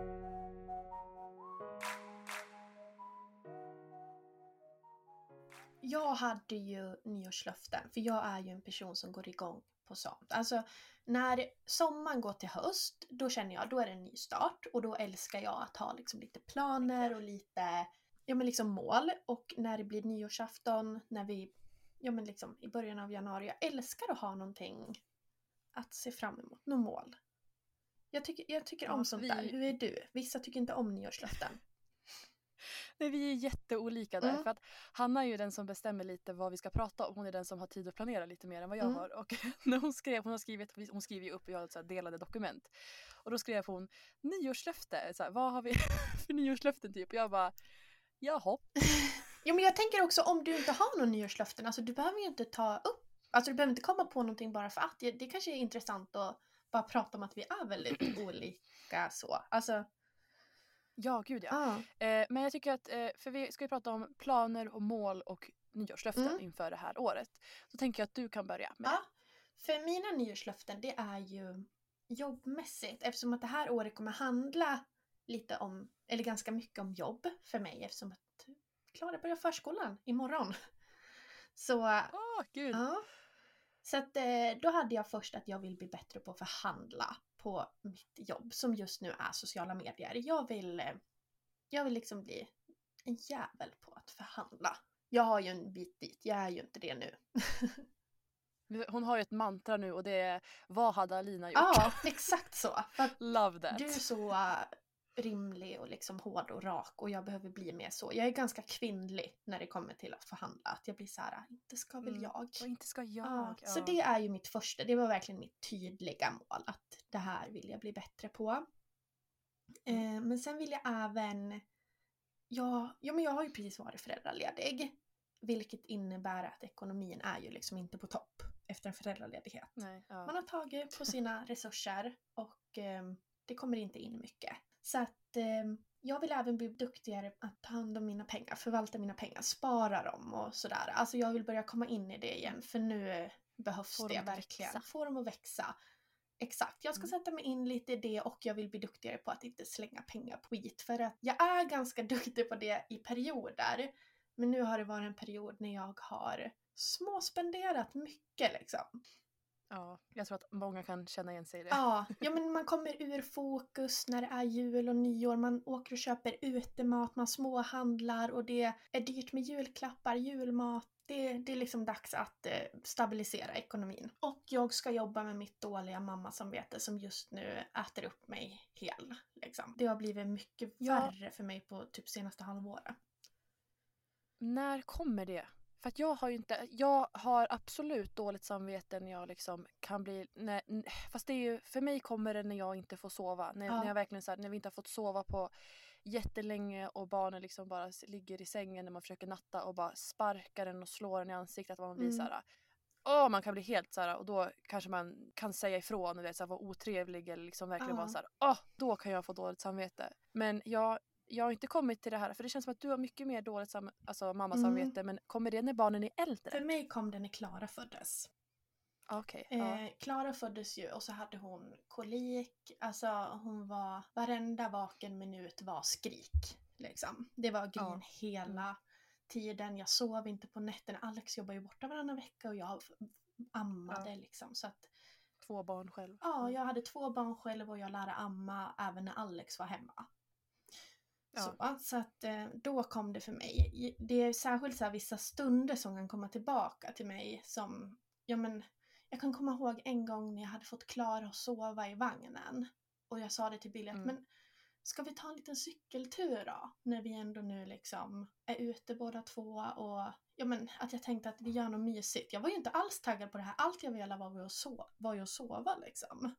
Jag hade ju nyårslöften, för jag är ju en person som går igång på sånt. Alltså, när sommaren går till höst, då känner jag, då är det en ny start. Och då älskar jag att ha liksom lite planer och lite, ja men liksom mål. Och när det blir nyårsafton, när vi, ja men liksom i början av januari, jag älskar att ha någonting att se fram emot, något mål. Jag tycker, jag tycker Ja, om sånt vi- där. Hur är du? Vissa tycker inte om nyårslöften. Nej, vi är jätteolika där, Mm. för att Hanna är ju den som bestämmer lite vad vi ska prata om. Hon är den som har tid att planera lite mer än vad jag Mm. har. Och när hon skrev, hon har skrivit, hon skriver ju upp, vi har ett så här delade dokument. Och då skrev hon nyårslöfte, så här, vad har vi för nyårslöften typ? Och jag bara, jaha. Ja, men jag tänker också om du inte har någon nyårslöften, alltså du behöver ju inte ta upp, alltså du behöver inte komma på någonting bara för att. Det, det kanske är intressant att bara prata om att vi är väldigt olika så. Alltså, Ja, gud ja. ja. Eh, men jag tycker att, eh, för vi ska ju prata om planer och mål och nyårslöften Mm. inför det här året. Så tänker jag att du kan börja med Ja, för mina nyårslöften det är ju jobbmässigt eftersom att det här året kommer handla lite om, eller ganska mycket om jobb för mig eftersom att Klara börjar förskolan imorgon. Så, Åh, gud. ja. Så att eh, då hade jag först att jag vill bli bättre på att förhandla på mitt jobb som just nu är sociala medier. Jag vill, eh, jag vill liksom bli en jävel på att förhandla. Jag har ju en bit dit, jag är ju inte det nu. Hon har ju ett mantra nu och det är, vad hade Alina gjort? Ja, exakt så. För att Love that. du är så uh, rimlig och liksom hård och rak och jag behöver bli mer så. Jag är ganska kvinnlig när det kommer till att förhandla. Att jag blir så här, inte ska väl Mm. jag. Och inte ska jag. Ja, Ja. så det är ju mitt första, det var verkligen mitt tydliga mål. Att det här vill jag bli bättre på. Eh, men sen vill jag även ja, ja, men jag har ju precis varit föräldraledig. Vilket innebär att ekonomin är ju liksom inte på topp efter en föräldraledighet. Nej, ja. Man har tagit på sina resurser och eh, det kommer inte in mycket. Så att eh, jag vill även bli duktigare att ta hand om mina pengar, förvalta mina pengar, spara dem och sådär. Alltså jag vill börja komma in i det igen för nu behövs Får det dem att verkligen. växa. Få dem att växa. Exakt, jag ska Mm. sätta mig in lite i det och jag vill bli duktigare på att inte slänga pengar på skit. För att jag är ganska duktig på det i perioder. Men nu har det varit en period när jag har småspenderat mycket liksom. Ja, jag tror att många kan känna igen sig i det. Ja, ja, men man kommer ur fokus när det är jul och nyår. Man åker och köper utemat, man småhandlar och det är dyrt med julklappar, julmat. Det, det är liksom dags att eh, stabilisera ekonomin. Och jag ska jobba med mitt dåliga mammasamvete som just nu äter upp mig hel. Liksom. Det har blivit mycket Ja. värre för mig på typ senaste halvåret. När kommer det? För att jag har ju inte, jag har absolut dåligt samvete när jag liksom kan bli, när, fast det är ju, för mig kommer det när jag inte får sova. När, Ja. när jag verkligen så här, när vi inte har fått sova på jättelänge och barnen liksom bara ligger i sängen när man försöker natta och bara sparkar den och slår den i ansiktet. Att man blir Mm. så här, åh, man kan bli helt så här, och då kanske man kan säga ifrån och det så här, vara otrevlig eller liksom verkligen Ja. vara så här, åh, då kan jag få dåligt samvete. Men jag Jag har inte kommit till det här, för det känns som att du har mycket mer dåligt sam- alltså mammasamvete, Mm. men kommer det när barnen är äldre? För mig kom det när Klara föddes. Okej, ja. Eh, Klara föddes ju och så hade hon kolik. Alltså hon var, varenda vaken minut var skrik. Liksom. Det var grin Ja. hela tiden. Jag sov inte på nätterna. Alex jobbar ju borta varannan vecka och jag ammade Ja. liksom. Så att, Två barn själv. ja, jag hade två barn själv och jag lärde amma även när Alex var hemma. Ja. Så, så att eh, då kom det för mig. Det är särskilt så här vissa stunder som kan komma tillbaka till mig som, ja men, jag kan komma ihåg en gång när jag hade fått Klara att sova i vagnen. Och jag sa det till Billy att, Mm. men ska vi ta en liten cykeltur då? När vi ändå nu liksom är ute båda två och, ja men, att jag tänkte att vi gör något mysigt. Jag var ju inte alls taggad på det här. Allt jag ville var, var, att, sova, var ju att sova liksom.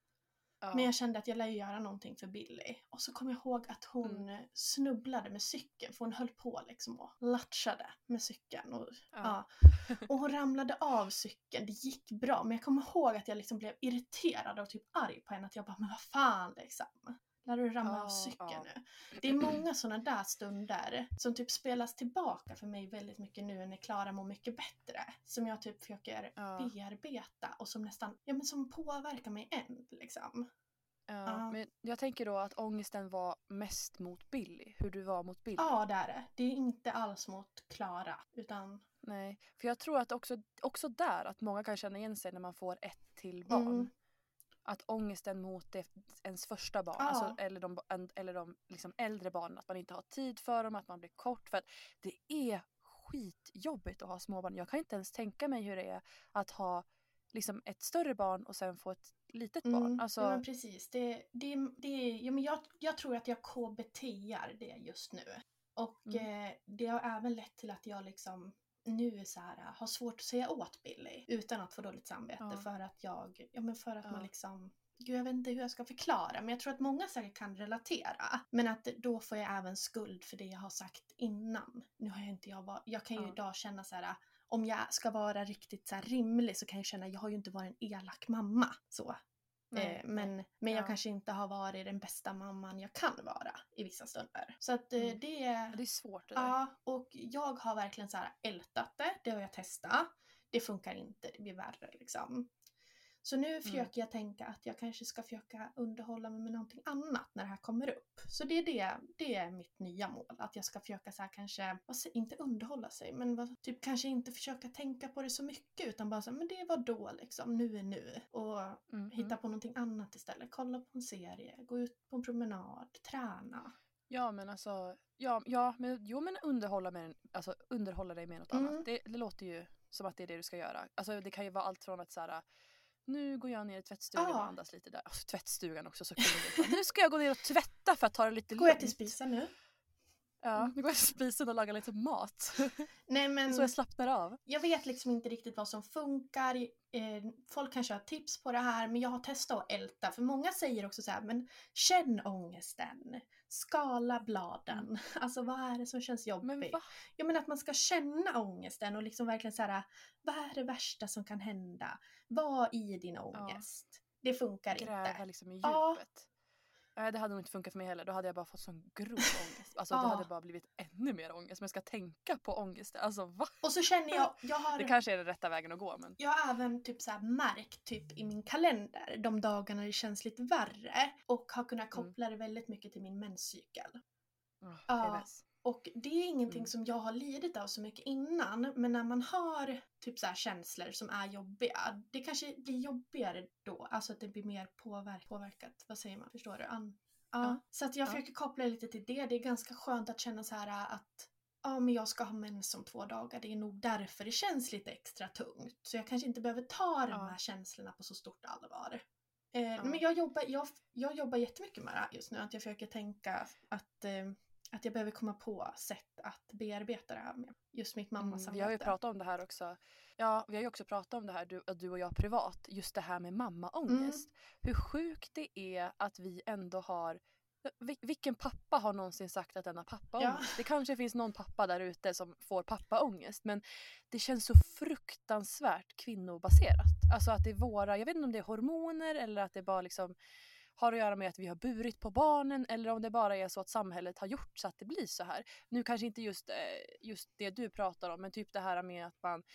Ja. Men jag kände att jag lär ju göra någonting för Billy. Och så kom jag ihåg att hon Mm. snubblade med cykeln. För hon höll på liksom och latchade med cykeln. Och, Ja. ja. och hon ramlade av cykeln. Det gick bra. Men jag kommer ihåg att jag liksom blev irriterad och typ arg på henne. Att jag bara, men vad fan liksom. Lär du ramla Ja, av cykeln ja. nu? Det är många sådana där stunder som typ spelas tillbaka för mig väldigt mycket nu när Klara mår mycket bättre. Som jag typ försöker Ja. bearbeta och som nästan, ja men som påverkar mig än liksom. Ja, Ja. men jag tänker då att ångesten var mest mot Billy. Hur du var mot Billy. Ja, det är det. Det är inte alls mot Klara, utan... Nej, för jag tror att också, också där att många kan känna igen sig när man får ett till barn. Mm. Att ångesten mot det, ens första barn, Ja. alltså, eller de, eller de liksom äldre barnen, att man inte har tid för dem, att man blir kort. För att det är skitjobbigt att ha småbarn. Jag kan inte ens tänka mig hur det är att ha liksom ett större barn och sen få ett litet barn. Mm, Alltså, ja, men precis. Det, det, det, ja, men jag, jag tror att jag K B T-ar det just nu. Och Mm. eh, det har även lett till att jag liksom nu så här, har svårt att säga åt Billy utan att få dåligt samvete Ja. för att jag, ja men för att Ja. man liksom, gud jag vet inte hur jag ska förklara, men jag tror att många säkert kan relatera. Men att då får jag även skuld för det jag har sagt innan. Nu har jag inte jag var, jag kan ju Ja. idag känna så här, om jag ska vara riktigt så här rimlig så kan jag känna, jag har ju inte varit en elak mamma så. nej, Eh, men nej. men jag Ja. kanske inte har varit den bästa mamman jag kan vara i vissa stunder. Så att eh, Mm. det Ja, det är svårt det där. ja, och jag har verkligen så här ältat det. Det har jag testat. Det funkar inte, det blir värre liksom. Så nu försöker jag tänka att jag kanske ska försöka underhålla mig med någonting annat när det här kommer upp. Så det är det, det är mitt nya mål. Att jag ska försöka så här kanske, vad säger- inte underhålla sig, men vad, typ kanske inte försöka tänka på det så mycket. Utan bara så här, men det var då liksom, nu är nu. Och Mhm. hitta på någonting annat istället. Kolla på en serie, gå ut på en promenad, träna. Ja men alltså, ja, ja men, jo men underhålla, med, alltså, underhålla dig med något Mm. annat. Det, det låter ju som att det är det du ska göra. Alltså det kan ju vara allt från att så här, nu går jag ner i tvättstugan Ja. och andas lite där. Alltså, tvättstugan också så kul. Nu ska jag gå ner och tvätta för att ta det lite Går jag lugnt. till spisen nu? Ja, nu går jag till spisen och lagar lite mat. Nej men... Så jag slappnar av. Jag vet liksom inte riktigt vad som funkar. Eh, folk kanske har tips på det här, men jag har testat att älta. För många säger också så här, men känn ångesten. skala bladen. Mm. Alltså vad är det som känns jobbigt? Men va? Jag menar att man ska känna ångesten och liksom verkligen så här, vad är det värsta som kan hända? Var i din ångest. Ja. Det funkar Gräva inte. liksom i djupet. Ja. Nej, det hade nog inte funkat för mig heller. Då hade jag bara fått sån grov ångest. Alltså ja. Det hade bara blivit ännu mer ångest. Men jag ska tänka på ångest. Alltså va? Och så känner jag, jag har, det kanske är den rätta vägen att gå. Men... Jag har även typ så här märkt typ i min kalender. De dagarna det känns lite värre. Och har kunnat koppla mm. det väldigt mycket till min menscykel. Oh, ja. Och det är ingenting mm. som jag har lidit av så mycket innan. Men när man har typ så här känslor som är jobbiga. Det kanske blir jobbigare då. Alltså att det blir mer påverk- påverkat. Vad säger man? Förstår du? An- ja. ja. Så att jag ja. försöker koppla lite till det. Det är ganska skönt att känna så här att ja, men jag ska ha mens om två dagar. Det är nog därför det känns lite extra tungt. Så jag kanske inte behöver ta ja. de här känslorna på så stort allvar. Eh, ja. Men jag jobbar, jag, jag jobbar jättemycket med det just nu. Att jag försöker tänka att... Eh, Att jag behöver komma på sätt att bearbeta det här med just mitt mammas samvete. Mm, vi har ju pratat om det här också. Ja, vi har ju också pratat om det här, du, du och jag privat. Just det här med mammaångest. Mm. Hur sjukt det är att vi ändå har... Vilken pappa har någonsin sagt att den har pappaångest? Ja. Det kanske finns någon pappa där ute som får pappaångest. Men det känns så fruktansvärt kvinnobaserat. Alltså att det är våra... Jag vet inte om det är hormoner eller att det bara liksom... har att göra med att vi har burit på barnen eller om det bara är så att samhället har gjort så att det blir så här. Nu kanske inte just, just det du pratar om, men typ det här med att man,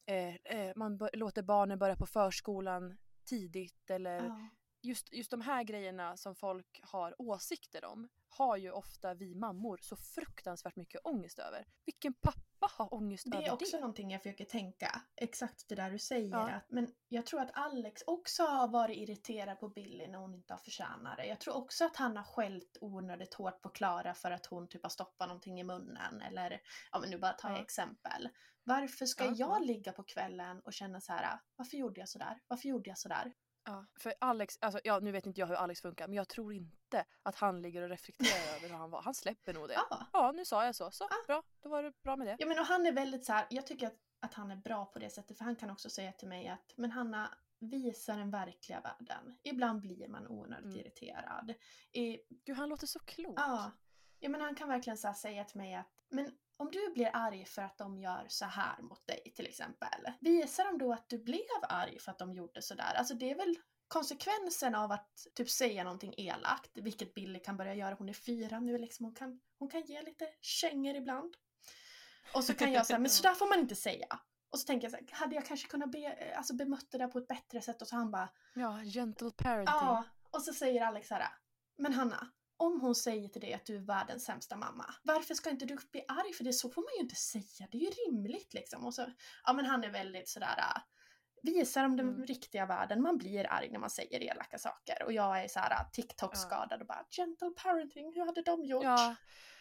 eh, man b- låter barnen börja på förskolan tidigt eller ja. just, just de här grejerna som folk har åsikter om har ju ofta vi mammor så fruktansvärt mycket ångest över. Vilken pappa har ångest över det? Det är också någonting jag försöker tänka. Exakt det där du säger. Ja. Att, men jag tror att Alex också har varit irriterad på Billy när hon inte har förtjänat det. Jag tror också att han har skällt onödigt hårt på Klara för att hon typ har stoppat någonting i munnen. Eller, ja men nu bara tar jag ja. exempel. Varför ska ja. jag ligga på kvällen och känna så här, varför gjorde jag sådär? Varför gjorde jag sådär? Ja, för Alex, alltså, ja, nu vet inte jag hur Alex funkar, men jag tror inte att han ligger och reflekterar över hur han var. Han släpper nog det. Ja, ja nu sa jag så. Så, ja. bra. Då var det bra med det. Ja, men och han är väldigt så här, jag tycker att, att han är bra på det sättet, för han kan också säga till mig att, men Hanna, visa den verkliga världen. Ibland blir man onödigt mm. irriterad. I, Gud, han låter så klok. Ja, ja men han kan verkligen så här säga till mig att, men om du blir arg för att de gör så här mot dig till exempel, visar de då att du blev arg för att de gjorde så där? Alltså det är väl konsekvensen av att typ säga någonting elakt, vilket Billy kan börja göra. Hon är fyra nu liksom, hon kan, hon kan ge lite kängor ibland. Och så kan jag säga, men så där får man inte säga. Och så tänker jag så här, hade jag kanske kunnat be, alltså bemöta det på ett bättre sätt? Och så han bara, ja, gentle parenting. Ja, och så säger Alex så här, men Hanna, om hon säger till dig att du är världens sämsta mamma, varför ska inte du bli arg för det? Så får man ju inte säga, det är ju rimligt liksom. Och så, ja men han är väldigt sådär, visar om den mm. riktiga världen. Man blir arg när man säger elaka saker. Och jag är så här TikTok-skadad och bara, gentle parenting, hur hade de gjort? Ja,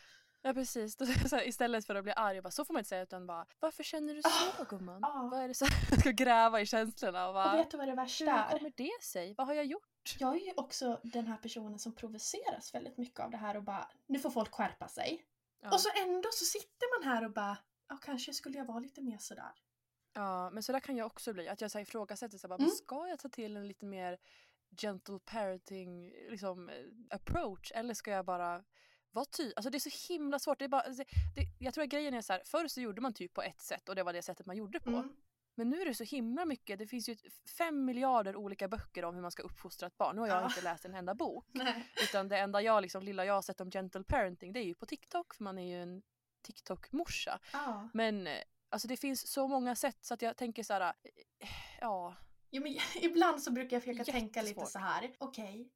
ja precis. Så här, istället för att bli arg, bara, så får man inte säga, utan bara, varför känner du så, oh, gumman? Oh. Vad är det så jag ska gräva i känslorna? Och, bara, och vet du vad det värsta är? Hur kommer det sig? Vad har jag gjort? Jag är ju också den här personen som provoceras väldigt mycket av det här och bara, nu får folk skärpa sig. Ja. Och så ändå så sitter man här och bara, ja kanske skulle jag vara lite mer sådär. Ja, men så där kan jag också bli. Att jag så här, ifrågasätter så här, bara, mm. ska jag ta till en lite mer gentle parenting liksom, approach? Eller ska jag bara vara tydlig? Alltså det är så himla svårt. Det är bara, det, det, jag tror att grejen är så här, förr så gjorde man typ på ett sätt och det var det sättet man gjorde på. Mm. Men nu är det så himla mycket. Det finns ju fem miljarder olika böcker om hur man ska uppfostra ett barn. Nu har jag ja. inte läst en enda bok. Nej. Utan det enda jag, liksom, lilla jag har sett om gentle parenting, det är ju på TikTok. För man är ju en TikTok-morsa. Ja. Men alltså det finns så många sätt så att jag tänker så här, ja. Ja men ibland så brukar jag försöka tänka lite så här. Okej.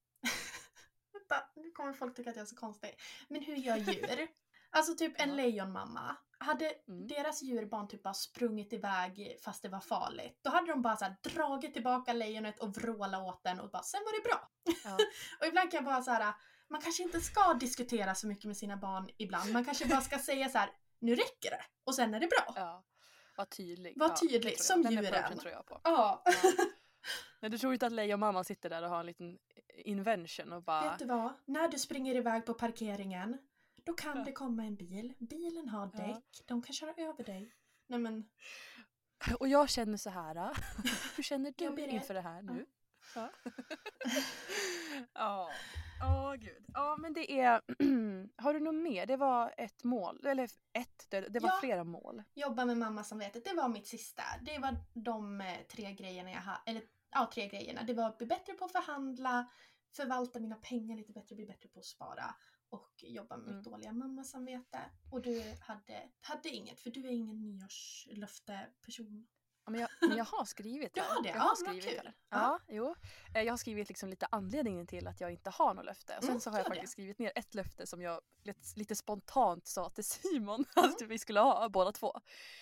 Okay. Nu kommer folk tycka att jag är så konstig. Men hur gör djur? Alltså typ en ja. lejonmamma. Hade mm. deras djurbarn typ bara sprungit iväg fast det var farligt, då hade de bara så här dragit tillbaka lejonet och vrålat åt den och bara, sen var det bra. Ja. Och ibland kan jag bara så här, man kanske inte ska diskutera så mycket med sina barn ibland. Man kanske bara ska säga så här, nu räcker det. Och sen är det bra. Ja, var tydlig. Var tydlig, ja, som djuren. Den tror jag på. Ja. Ja. Men du tror inte att lejonmamman sitter där och har en liten invention och bara... Vet du vad? När du springer iväg på parkeringen, då kan ja. det komma en bil. Bilen har däck. Ja. De kan köra över dig. Nej, men... Och jag känner så här. Hur känner du inför det här nu? Ja. Ja. Åh oh, gud. Ja men det är, har du något mer? Det var ett mål, eller ett, det, det var ja, flera mål. Jobba med mammasamvetet, det var mitt sista. Det var de eh, tre grejerna jag hade, eller ja tre grejerna. Det var att bli bättre på att förhandla, förvalta mina pengar lite bättre, bli bättre på att spara. Och jobba med mm. mitt dåliga mammasamvete. Och du hade, hade inget, för du är ingen nyårslöfte-person. Ja, men, jag, men jag har skrivit det. Ja, det jag ja, har skrivit kul. det. Ja, ja, jo. Jag har skrivit liksom lite anledningen till att jag inte har något löfte. Och sen mm, så har jag faktiskt det. skrivit ner ett löfte som jag lite, lite spontant sa till Simon mm. att vi skulle ha båda två.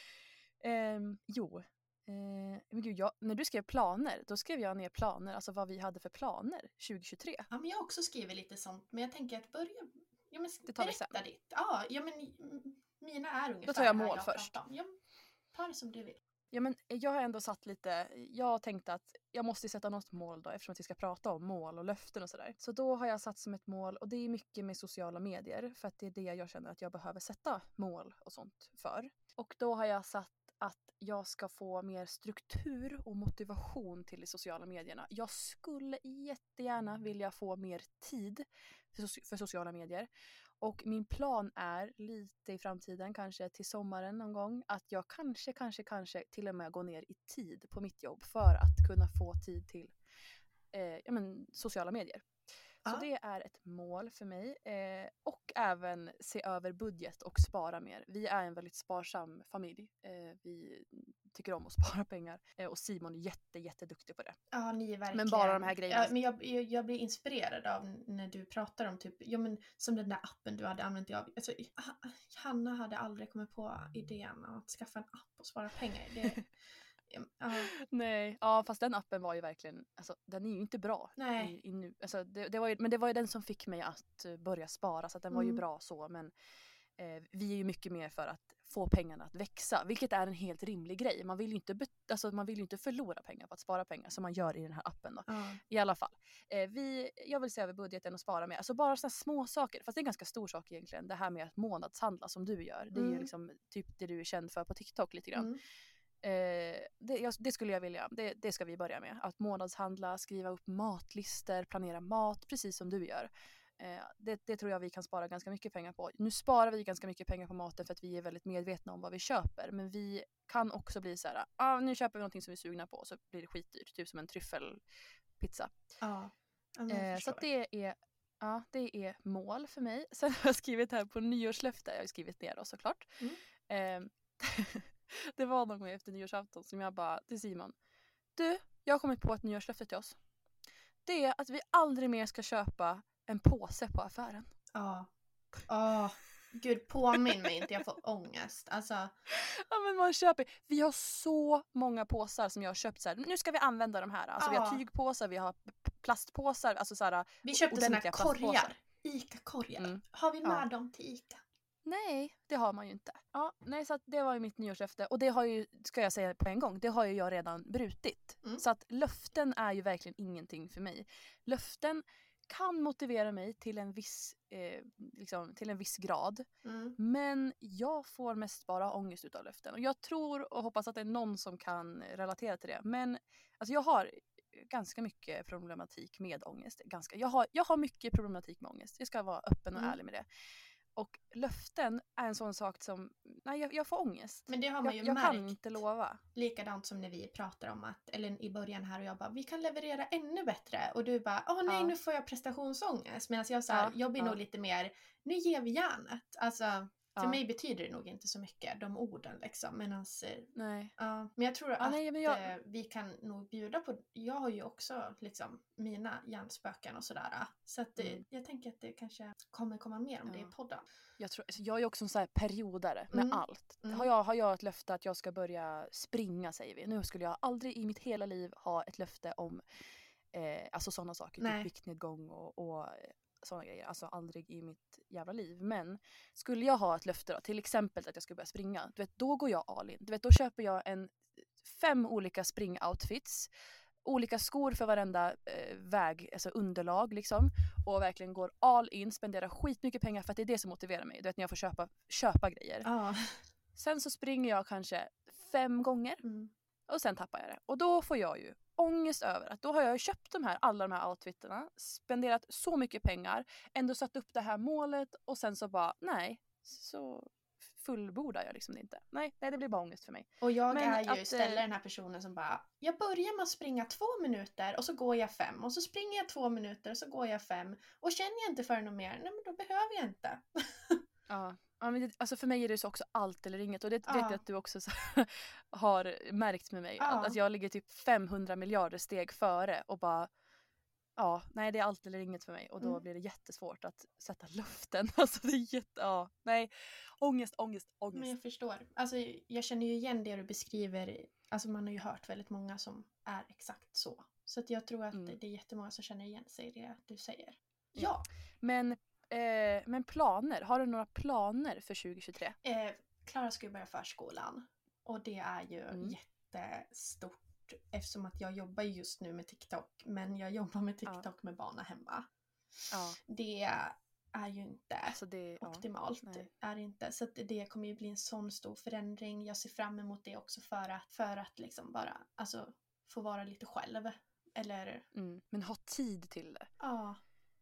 Um, jo. Uh, men gud, jag, när du skrev planer, då skrev jag ner planer, alltså vad vi hade för planer tjugohundratjugotre. Ja, men jag har också skrivit lite sånt, men jag tänker att börja, ja men det tar vi sen. Ditt. Ja, ja men mina är ungefär. Då tar jag mål jag först. Ja, ta det som du vill. Ja, men jag har ändå satt lite, jag tänkte att jag måste sätta något mål då eftersom att vi ska prata om mål och löften och sådär. Så då har jag satt som ett mål, och det är mycket med sociala medier för att det är det jag känner att jag behöver sätta mål och sånt för. Och då har jag satt att jag ska få mer struktur och motivation till de sociala medierna. Jag skulle jättegärna vilja få mer tid för, so- för sociala medier. Och min plan är lite i framtiden, kanske till sommaren någon gång, att jag kanske, kanske, kanske till och med går ner i tid på mitt jobb för att kunna få tid till eh, ja, men, sociala medier. Så ah. det är ett mål för mig. Eh, och även se över budget och spara mer. Vi är en väldigt sparsam familj. Eh, vi tycker om att spara pengar. Eh, och Simon är jätte, jätteduktig på det. Ja, ni är verkligen. Men bara de här grejerna. Ja, men jag, jag, jag blir inspirerad av när du pratar om typ, ja men som den där appen du hade använt. Jag, alltså, Hanna hade aldrig kommit på idén att skaffa en app och spara pengar. Det Uh. Nej, ja fast den appen var ju verkligen, alltså den är ju inte bra. Nej. I, i nu. Alltså, det, det var ju, men det var ju den som fick mig att uh, börja spara, så att den mm. var ju bra så, men uh, vi är ju mycket mer för att få pengarna att växa, vilket är en helt rimlig grej. Man vill ju inte, bet- alltså, man vill ju inte förlora pengar på att spara pengar som man gör i den här appen då. Uh. I alla fall. Uh, vi, jag vill se över budgeten och spara mer. Alltså bara sådana små saker, fast det är en ganska stor sak egentligen. Det här med att månadshandla som du gör, det är mm. ju liksom typ det du är känd för på TikTok lite grann. Mm. Eh, det, jag, det skulle jag vilja, det, det ska vi börja med. Att månadshandla, skriva upp matlister, planera mat, precis som du gör. Eh, det, det tror jag vi kan spara ganska mycket pengar på. Nu sparar vi ganska mycket pengar på maten för att vi är väldigt medvetna om vad vi köper. Men vi kan också bli så här, ah, nu köper vi någonting som vi är sugna på, så blir det skitdyrt. Typ som en tryffelpizza. Ja, eh, så att det är Ja, det är mål för mig. Sen har jag skrivit här på nyårslöfte. Jag har skrivit ner då såklart. Mm. Eh, det var någon gång efter nyårsafton som jag bara till Simon. Du, jag har kommit på ett nyårslöfte till oss. Det är att vi aldrig mer ska köpa en påse på affären. Ja. Oh. Oh. Gud, påminn mig inte. Jag får ångest. Alltså. Ja, men man köper. Vi har så många påsar som jag har köpt så här. Nu ska vi använda de här. Alltså ja. Vi har tygpåsar, vi har plastpåsar. Alltså så här. Vi köpte såna här korgar. Ica-korgar. Mm. Har vi med ja. dem till Ica? Nej, det har man ju inte. Ja, nej, så att det var ju mitt nyårslöfte. Och det har ju, ska jag säga på en gång, det har ju jag redan brutit. Mm. Så att löften är ju verkligen ingenting för mig. Löften kan motivera mig till en viss, eh, liksom, till en viss grad. Mm. Men jag får mest bara ångest utav löften. Och jag tror och hoppas att det är någon som kan relatera till det. Men alltså, jag har ganska mycket problematik med ångest. Ganska, jag, har, jag har mycket problematik med ångest. Jag ska vara öppen och mm. ärlig med det. Och löften är en sån sak som, nej jag, jag får ångest. Men det har man ju jag, jag märkt. kan inte lova. Likadant som när vi pratar om att, eller i början här och jag bara, vi kan leverera ännu bättre. Och du bara, åh nej ja. nu får jag prestationsångest. Medan jag så här, ja. jag blir ja. nog lite mer, nu ger vi järnet. Alltså för ja. mig betyder det nog inte så mycket, de orden liksom. Medans, nej. Ja, men jag tror ja, att nej, men jag... vi kan nog bjuda på, jag har ju också liksom mina hjärnspöken och sådär. Så att mm. jag tänker att det kanske kommer komma mer om ja. det i podden. Jag, tror, alltså jag är också en sån här periodare med mm. allt. Mm. Har, jag, har jag ett löfte att jag ska börja springa, säger vi. Nu skulle jag aldrig i mitt hela liv ha ett löfte om eh, alltså sådana saker. Typ viktnedgång och, och sådana grejer. Alltså aldrig i mitt jävla liv. Men skulle jag ha ett löfte då, till exempel att jag ska börja springa, du vet, då går jag all in. Du vet, då köper jag en fem olika springoutfits. Olika skor för varenda eh, väg, alltså underlag liksom. Och verkligen går all in, spenderar skitmycket pengar för att det är det som motiverar mig. Du vet, när jag får köpa, köpa grejer. Ah. Sen så springer jag kanske fem gånger. Mm. Och sen tappar jag det. Och då får jag ju ångest över att då har jag köpt de här, alla de här outfitterna, spenderat så mycket pengar, ändå satt upp det här målet och sen så bara, nej, så fullbordar jag liksom inte. Nej, nej det blir bara ångest för mig. Och jag Men är ju att, istället eh, den här personen som bara, jag börjar med att springa två minuter och så går jag fem. Och så springer jag två minuter och så går jag fem. Och känner jag inte för något mer, nej men då behöver jag inte. Ja. Ja, men det, alltså för mig är det så också allt eller inget. Och det Ja. vet jag att du också så, har märkt med mig. Ja. Att, att jag ligger typ femhundra miljarder steg före och bara, ja, nej det är allt eller inget för mig. Och då Mm. blir det jättesvårt att sätta luften. Alltså det är jätte, ja, nej. Ångest, ångest, ångest. Men jag förstår. Alltså jag känner ju igen det du beskriver. Alltså man har ju hört väldigt många som är exakt så. Så att jag tror att Mm. det är jättemånga som känner igen sig i det du säger. Ja. Ja. Men, eh, men planer, har du några planer för tjugohundratjugotre? Eh, Klara ska ju börja förskolan. Och det är ju Mm. jättestort. Eftersom att jag jobbar just nu med TikTok. Men jag jobbar med TikTok Ja. med barnen hemma. Ja, Det är ju inte alltså det, ja. optimalt. nej. Är det inte. Så att det kommer ju bli en sån stor förändring. Jag ser fram emot det också för att, för att liksom bara alltså, få vara lite själv. Eller Mm. Men ha tid till det. ja.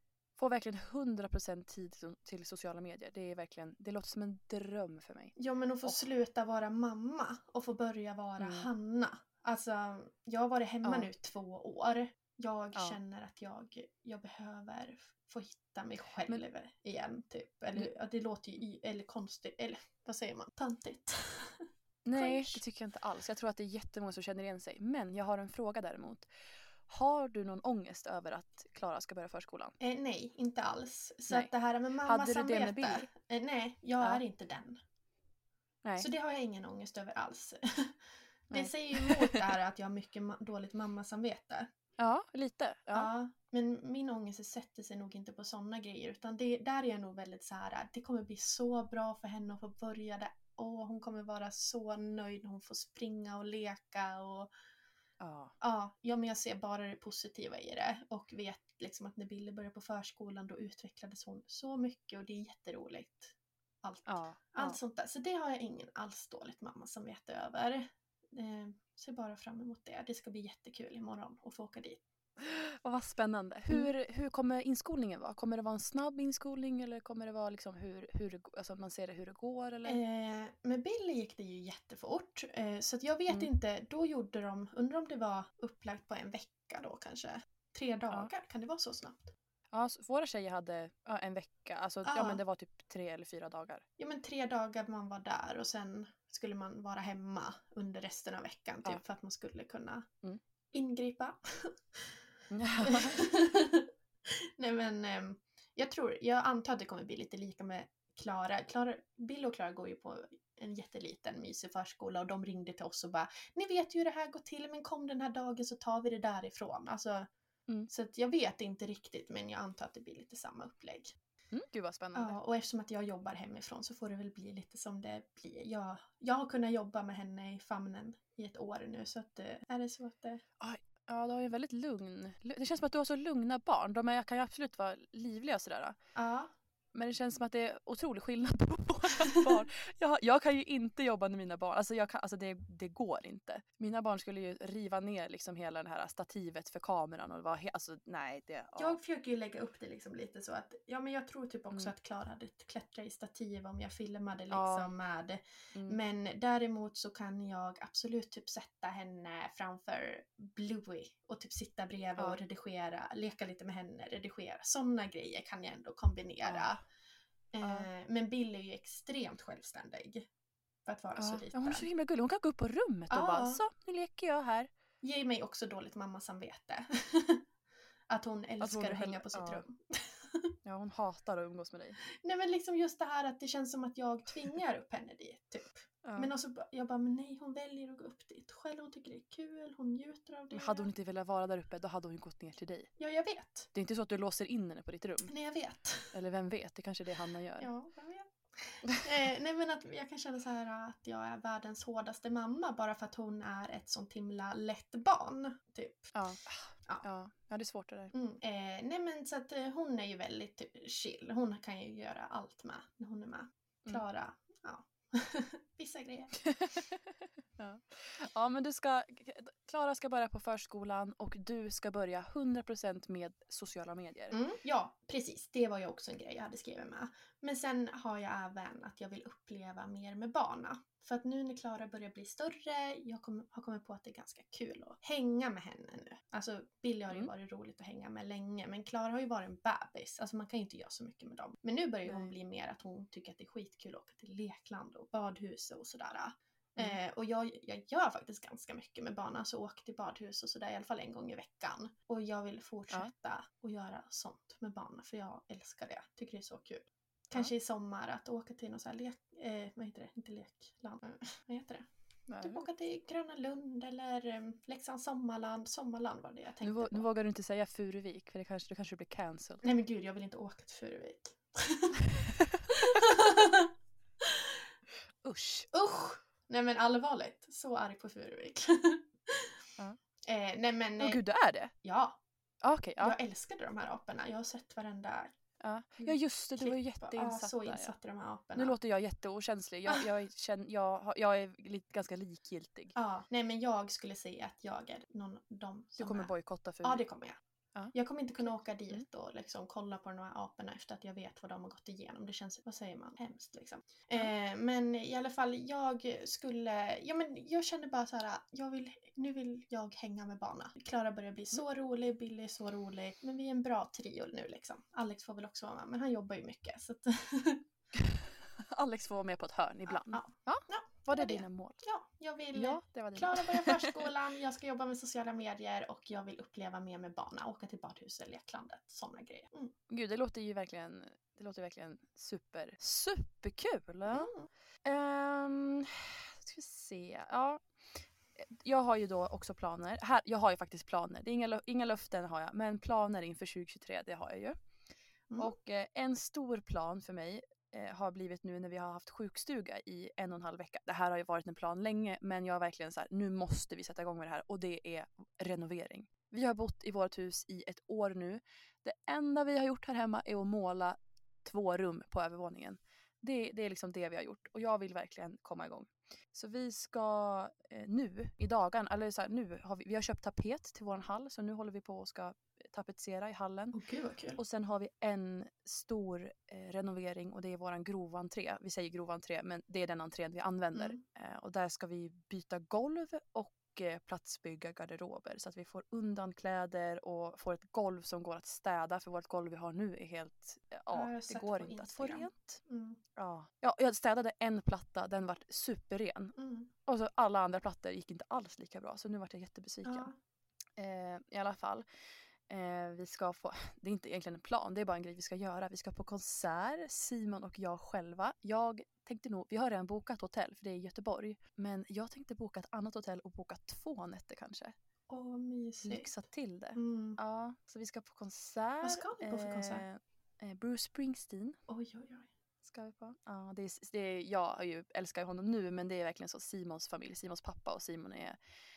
Få verkligen hundra procent tid till, till sociala medier. Det är verkligen, det låter som en dröm för mig. Ja men att få Och- sluta vara mamma och få börja vara Mm. Hanna. Alltså jag har varit hemma Ja. nu två år. Jag Ja. känner att jag, jag behöver få hitta mig själv Men- igen typ. Eller Mm. ja, det låter ju y- eller konstigt, eller vad säger man? Tantigt. Nej, Cringe. det tycker jag inte alls. Jag tror att det är jättemånga som känner igen sig. Men jag har en fråga däremot. Har du någon ångest över att Klara ska börja förskolan? Eh, nej, inte alls. Så Nej. att det här med mamma Hade du det med samvete. Billy? Eh, nej, jag Ja. är inte den. Nej. Så det har jag ingen ångest över alls. Det Nej. säger ju emot det här att jag har mycket ma- dåligt mammasamvete. Ja, lite. Ja. Ja, men min ångest sätter sig nog inte på sådana grejer. Utan det, där är jag nog väldigt så här. Det kommer bli så bra för henne att få börja där. Och hon kommer vara så nöjd när hon får springa och leka. Och Ja. ja, ja, men jag ser bara det positiva i det. Och vet liksom att när Billy började på förskolan då utvecklades hon så mycket. Och det är jätteroligt. Allt, Ja. allt sånt där. Så det har jag ingen alls dåligt mammasamvete över. Eh, ser bara fram emot det. Det ska bli jättekul imorgon att få åka dit. Och vad spännande. Hur, hur kommer inskolningen vara? Kommer det vara en snabb inskolning eller kommer det vara liksom hur, hur det, alltså man ser det hur det går? Eller? Eh, med Billy gick det ju jättefort. Eh, så att jag vet Mm. inte, då gjorde de, undrar om det var upplagt på en vecka då kanske. Tre dagar, kan det vara så snabbt? Ja, så våra tjejer hade ja, en vecka. Alltså, ja. Ja. men det var typ tre eller fyra dagar. Ja men tre dagar man var där och sen skulle man vara hemma under resten av veckan typ Ja. för att man skulle kunna Mm. ingripa. Nej men eh, jag tror, jag antar att det kommer bli lite lika med Klara. Klara Bill och Klara går ju på en jätteliten mysig förskola och de ringde till oss och bara, ni vet ju hur det här går till men kom den här dagen så tar vi det därifrån. Alltså, Mm. så att jag vet inte riktigt men jag antar att det blir lite samma upplägg. Mm, gud vad spännande. Ja, och eftersom att jag jobbar hemifrån så får det väl bli lite som det blir. Jag, jag har kunnat jobba med henne i famnen i ett år nu så att eh, är det så att det... Ja, du har ju väldigt lugn. Det känns som att du har så lugna barn. De är, kan ju absolut vara livliga och sådär. Ja. Men det känns som att det är otrolig skillnad på våra barn. Jag, jag kan ju inte jobba med mina barn. Alltså, jag kan, alltså det, det går inte. Mina barn skulle ju riva ner liksom hela det här stativet för kameran. Och det var he- alltså, nej, det, ja. Jag försöker ju lägga upp det liksom lite så att, ja men jag tror typ också Mm. att Klara hade klättra i stativ om jag filmade liksom Ja. med. Mm. Men däremot så kan jag absolut typ sätta henne framför Bluey och typ sitta bredvid Ja. och redigera, leka lite med henne, redigera. Sådana grejer kan jag ändå kombinera. Ja. Eh, Ja. Men Bill är ju extremt självständig för att vara Ja. så Ja, liten. hon är så himla gullig. Hon kan gå upp på rummet och Ja. bara, så, nu leker jag här. Ger mig också dåligt mammasamvete. Att hon älskar är att hänga själv- på sitt ja. rum. Ja, hon hatar att umgås med dig. Nej men liksom just det här att det känns som att jag tvingar upp henne dit typ. Ja. Men alltså jag bara, men nej hon väljer att gå upp dit själv, hon tycker det är kul, hon njuter av det. Men hade hon inte velat vara där uppe, då hade hon ju gått ner till dig. Ja jag vet. Det är inte så att du låser in henne på ditt rum. Nej jag vet. Eller vem vet, det kanske är det Hanna gör. Ja, jag vet. eh, nej men att jag kan känna så här att jag är världens hårdaste mamma bara för att hon är ett sånt himla lätt barn typ. Ja. Ja. Ja. Ja, det är svårt det där. Mm. Eh, nej men så att eh, hon är ju väldigt typ, chill. Hon kan ju göra allt med när hon är med. Klara, ja. Vissa grejer. ja. ja, men du ska, Klara ska börja på förskolan och du ska börja hundra procent med sociala medier. Mm, ja, precis. Det var ju också en grej jag hade skrivit med. Men sen har jag även att jag vill uppleva mer med barna. För att nu när Klara börjar bli större, jag kom, har kommit på att det är ganska kul att hänga med henne nu. Alltså Billy har ju Mm. varit roligt att hänga med länge, men Klara har ju varit en bebis. Alltså man kan ju inte göra så mycket med dem. Men nu börjar hon Nej. bli mer att hon tycker att det är skitkul att åka till lekland och badhus och sådär. Mm. Eh, och jag, jag gör faktiskt ganska mycket med barnen, så åker till badhus och sådär i alla fall en gång i veckan. Och jag vill fortsätta att göra sånt med barnen, för jag älskar det. Tycker det är så kul. Kanske i sommar att åka till någon sån här lek, eh, vad heter det? Inte lekland, eh, vad heter det? Nej. Typ åka till Gröna Lund eller eh, Leksands Sommarland. Sommarland var det jag tänkte Nu, vå- på. nu vågar du inte säga Furuvik, för det kanske, det kanske blir cancelled. Nej men gud, jag vill inte åka till Furuvik. Usch. Usch! Nej men allvarligt, så arg på Furuvik. Ja. eh, nej men, Åh eh, gud, det är det? ja. Ah, Okej, ja. Jag älskade de här aporna. Jag har sett varenda ja. Ja, just det, du var ju klipp. jätteinsatt Ja, så där, insatt i de här ja. aporna. Nu låter jag jätteokänslig. Jag, jag, känner, jag, har- jag är li, ganska likgiltig. Ja, nej men jag skulle säga att jag är någon av dem Du som kommer är... bojkotta för Ja, det kommer jag. Ja. Jag kommer inte kunna åka dit och liksom kolla på de här aporna efter att jag vet vad de har gått igenom. Det känns, vad säger man, hemskt liksom. Eh, men i alla fall, jag skulle, ja men jag känner bara så här, jag vill, nu vill jag hänga med barnen. Klara börjar bli så rolig, Billy är så rolig. Men vi är en bra trio nu liksom. Alex får väl också vara med, men han jobbar ju mycket. Så att Alex får vara med på ett hörn ibland. Ja. Ja. Ja, Var det det var dina mål? ja, jag vill... Ja, det var dina Klara mål. börjar förskolan, jag ska jobba med sociala medier och jag vill uppleva mer med barnen. Åka till badhuset, leklandet, sådana grejer. Mm. Gud, det låter ju verkligen, det låter verkligen super, superkul. Ja. Mm. Um, ska vi se. Ja. Jag har ju då också planer. Här, jag har ju faktiskt planer. Det är inga, lö- inga löften har jag, men planer inför tjugohundratjugotre, det har jag ju. Mm. Och eh, en stor plan för mig eh, har blivit nu när vi har haft sjukstuga i en och en halv vecka. Det här har ju varit en plan länge, men jag är verkligen så här, nu måste vi sätta igång med det här, och det är renovering. Vi har bott i vårt hus i ett år nu. Det enda vi har gjort här hemma är att måla två rum på övervåningen. Det, det är liksom det vi har gjort, och jag vill verkligen komma igång. Så vi ska eh, nu i dagen, eller så här, nu har vi, vi har köpt tapet till våran hall, så nu håller vi på och ska tapetsera i hallen. Åh gud vad kul. Och sen har vi en stor eh, renovering, och det är våran grovantré. Vi säger grovantré, men det är den entrén vi använder. Mm. Eh, och där ska vi byta golv och eh, platsbygga garderober, så att vi får undan kläder och får ett golv som går att städa, för vårt golv vi har nu är helt, eh, Jag har ja, det sett går på inte att få Instagram. rent. Mm. Ja. ja, jag städade en platta, den vart superren. Mm. Och så alla andra plattor gick inte alls lika bra, så nu vart jag jättebesviken. Ja. Eh, I alla fall. Eh, vi ska få, det är inte egentligen en plan, det är bara en grej vi ska göra. Vi ska på konsert, Simon och jag själva. Jag tänkte nog, vi har redan bokat hotell för det är i Göteborg. Men jag tänkte boka ett annat hotell och boka två nätter kanske. Åh vad mysigt. Lyxa till det. Mm. Ja, så vi ska på konsert. Vad ska ni på för konsert? Eh, Bruce Springsteen Oj oj oj. ska vi på. Ja, det är, det är, jag har ju, älskar ju honom nu, men det är verkligen så Simons familj, Simons pappa och Simon är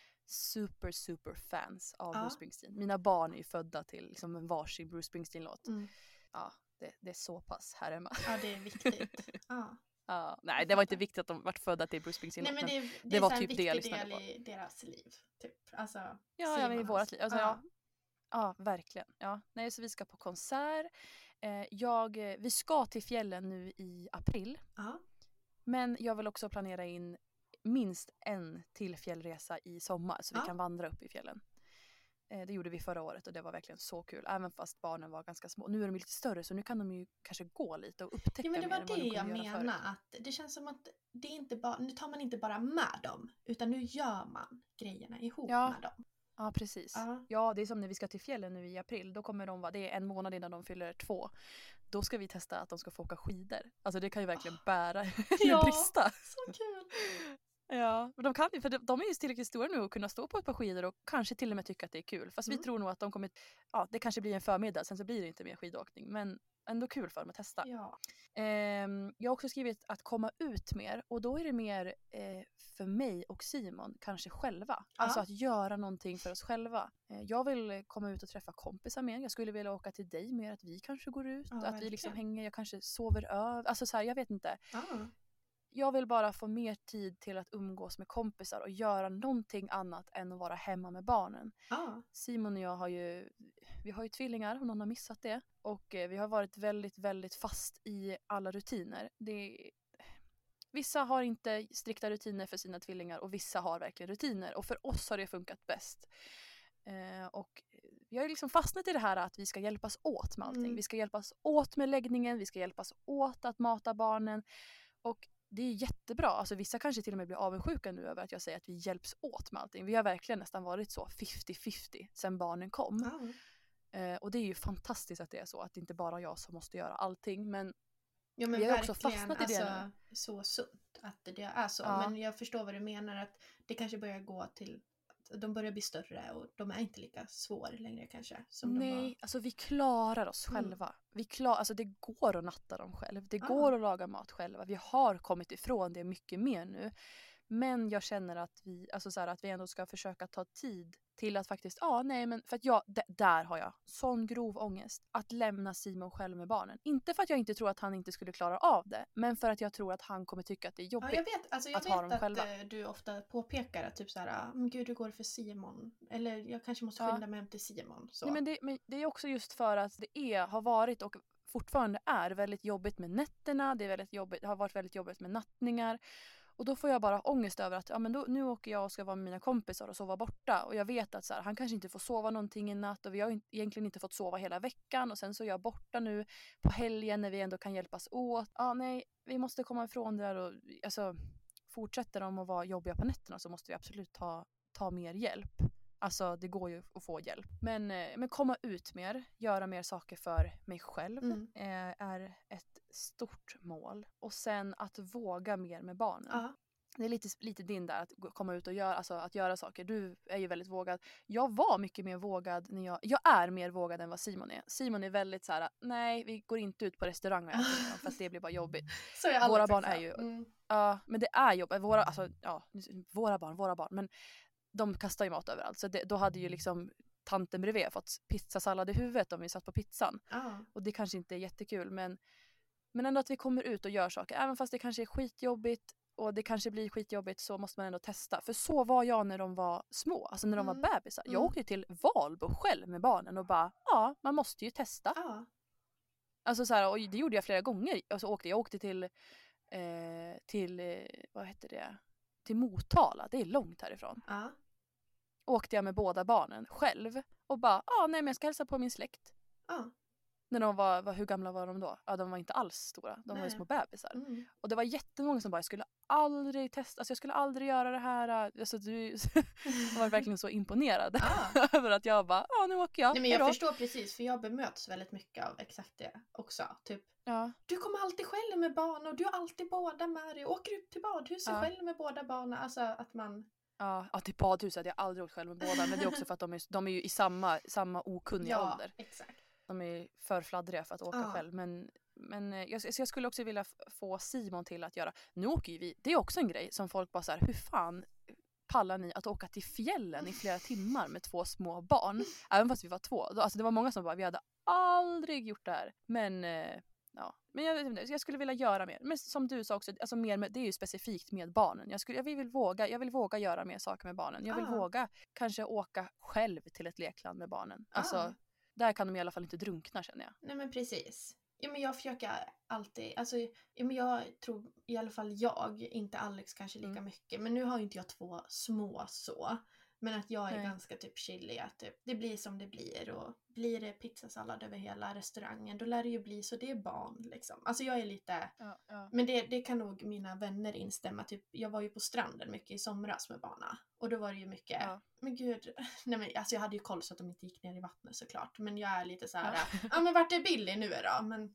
super super fans av Ja. Bruce Springsteen. Mina barn är ju födda till liksom en varsin Bruce Springsteen-låt. Mm. Ja, det, det är så pass här hemma. Ja det är viktigt. Ja. Ja, nej, det var inte viktigt att de varit födda till Bruce Springsteen. Nej men det, är- det, det är var så här en typ det jag viktig lyssnade del på. i deras liv. Typ. Alltså, Ja, ja, Simon men i och vårat hans- liv. Alltså, ja. Ja, verkligen. Ja. Nej, så vi ska på konsert. Eh, jag, eh, vi ska till fjällen nu i april. Ja. Men jag vill också planera in minst en till fjällresa i sommar, så vi Ja. kan vandra upp i fjällen. Eh, det gjorde vi förra året och det var verkligen så kul. Även fast barnen var ganska små. Nu är de lite större, så nu kan de ju kanske gå lite och upptäcka Ja men det mer var än vad det de jag kunde göra menar, förut. att det känns som att det är inte bara, nu tar man inte bara med dem, utan nu gör man grejerna ihop Ja. med dem. Ja, precis. Ja. Ja, det är som när vi ska till fjällen nu i april. Då kommer de vara, det är en månad innan de fyller två. Då ska vi testa att de ska få åka skidor. Alltså det kan ju verkligen bära Ja. brista. Så kul! Ja, men de kan ju, för de, de är ju tillräckligt stora nu att kunna stå på ett par skidor och kanske till och med tycka att det är kul. Fast Mm. vi tror nog att de kommer, ja det kanske blir en förmiddag, sen så blir det inte mer skidåkning. Men ändå kul för dem att testa. Ja. Ehm, jag har också skrivit att komma ut mer, och då är det mer eh, för mig och Simon kanske själva. Ja. Alltså att göra någonting för oss själva. Eh, jag vill komma ut och träffa kompisar mer. Jag skulle vilja åka till dig mer, att vi kanske går ut. Ja, att vi liksom verkligen. hänger, jag kanske sover över. Alltså så här, jag vet inte. Ja. jag vill bara få mer tid till att umgås med kompisar och göra någonting annat än att vara hemma med barnen. Ah. Simon och jag har ju, vi har ju tvillingar om någon har missat det. Och eh, vi har varit väldigt, väldigt fast i alla rutiner. Det, vissa har inte strikta rutiner för sina tvillingar och vissa har verkligen rutiner. Och för oss har det funkat bäst. Eh, och vi har liksom fastnat i det här att vi ska hjälpas åt med allting. Mm. Vi ska hjälpas åt med läggningen, vi ska hjälpas åt att mata barnen. Och det är jättebra. Alltså vissa kanske till och med blir avundsjuka nu över att jag säger att vi hjälps åt med allting. Vi har verkligen nästan varit så femtio femtio sedan barnen kom. Ah. Eh, och det är ju fantastiskt att det är så. Att det inte bara jag som måste göra allting. Men, Ja, men vi har verkligen, också fastnat i det alltså, nu. så sunt att det är så. Ja. Men jag förstår vad du menar, att det kanske börjar gå till, de börjar bli större och de är inte lika svår längre kanske. Som Nej, de var. alltså vi klarar oss Mm. själva. Vi klar, alltså det går att natta dem själv. Det Ah. går att laga mat själva. Vi har kommit ifrån det mycket mer nu. Men jag känner att vi, alltså så här, att vi ändå ska försöka ta tid till att faktiskt, ja ah, nej men för att jag, d- där har jag sån grov ångest. Att lämna Simon själv med barnen. Inte för att jag inte tror att han inte skulle klara av det. Men för att jag tror att han kommer tycka att det är jobbigt. Ja, jag vet, alltså jag att ha dem vet att själva. eh, du ofta påpekar att typ så här, men gud, hur går det för Simon? Eller jag kanske måste Ja. skynda mig hem till Simon. Så. Nej, men, det, men det är också just för att det är, har varit och fortfarande är väldigt jobbigt med nätterna. Det är väldigt jobbigt, har varit väldigt jobbigt med nattningar. Och då får jag bara ångest över att ja, men då, nu åker jag och ska vara med mina kompisar och sova borta. Och jag vet att så här, han kanske inte får sova någonting i natt. Och vi har in, egentligen inte fått sova hela veckan. Och sen så är jag borta nu på helgen när vi ändå kan hjälpas åt. Ja, nej, vi måste komma ifrån det där. Och, alltså, fortsätter de att vara jobbiga på nätterna så måste vi absolut ta, ta mer hjälp. Alltså det går ju att få hjälp. Men, eh, men komma ut mer, göra mer saker för mig själv Mm. eh, är ett stort mål. Och sen att våga mer med barnen. Ja. Det är lite, lite din där att gå- komma ut och göra, alltså att göra saker. Du är ju väldigt vågad. Jag var mycket mer vågad när jag, jag är mer vågad än vad Simon är. Simon är väldigt så här: nej vi går inte ut på restauranger för att det blir bara jobbigt. Så är alla Våra barn också. är ju- Mm. Ja, men det är jobbigt. Våra, alltså, ja, våra barn, våra barn. Men de kastar ju mat överallt. Så det, då hade ju liksom tanten bredvid fått pizzasallad i huvudet om vi satt på pizzan. Ja. Och det kanske inte är jättekul. Men, men ändå att vi kommer ut och gör saker. Även fast det kanske är skitjobbigt. Och det kanske blir skitjobbigt, så måste man ändå testa. För så var jag när de var små. Alltså när de Mm. var bebisar. Jag Mm. åkte till Valbo själv med barnen. Och bara, ja, man måste ju testa. Ja. Alltså så här, och det gjorde jag flera gånger. Och så åkte jag åkte till, eh, till eh, vad heter det? Till Motala. Det är långt härifrån. Ja. Åkte jag med båda barnen själv. Och bara, ja, nej men jag ska hälsa på min släkt. Ja. När de var, var, hur gamla var de då? Ja, de var inte alls stora. De var ju Nej. små bebisar. Mm. Och det var jättemånga som bara, jag skulle aldrig testa, alltså jag skulle aldrig göra det här. Alltså du jag var verkligen så imponerad Ja. över att jag bara, ja nu åker jag. Nej, men jag Hejdå. förstår precis, för jag bemöts väldigt mycket av exakt det också. Typ, Ja. du kommer alltid själv med barn och du har alltid båda med dig. Åker upp till badhuset Ja. själv med båda barnen. Alltså att man... Ja, ja, till badhuset. Jag har aldrig åkt själv med båda. Men det är också för att de är, de är ju i samma, samma okunniga Ja, ålder. exakt. De är för fladdriga för att åka Ja. själv. Men, men eh, jag, så jag skulle också vilja f- få Simon till att göra. Nu åker ju vi. Det är också en grej som folk bara så här, hur fan pallar ni att åka till fjällen i flera timmar med två små barn? Även fast vi var två. Alltså det var många som bara, vi hade aldrig gjort det här. Men eh, ja, men jag, vet inte, jag skulle vilja göra mer. Men som du sa också, alltså mer med, det är ju specifikt med barnen. Jag, skulle, jag, vill våga, jag vill våga göra mer saker med barnen. Jag vill Ah. våga kanske åka själv till ett lekland med barnen. Alltså, Ah. där kan de i alla fall inte drunkna, känner jag. Nej, men precis. Ja, men jag försöker alltid, alltså, ja, men jag tror i alla fall jag, inte Alex kanske lika Mm. mycket, men nu har ju inte jag två små så. Men att jag är Nej. ganska typ chillig, att typ, det blir som det blir, och blir det pizzasallad över hela restaurangen, då lär det ju bli så, det är barn liksom. Alltså jag är lite, Ja, ja. men det, det kan nog mina vänner instämma, typ, jag var ju på stranden mycket i somras med barna, och då var det ju mycket, Ja. men gud, nej men alltså jag hade ju koll så att de inte gick ner i vattnet såklart, men jag är lite så här, Ja. ja, men vart är Billy nu då? Men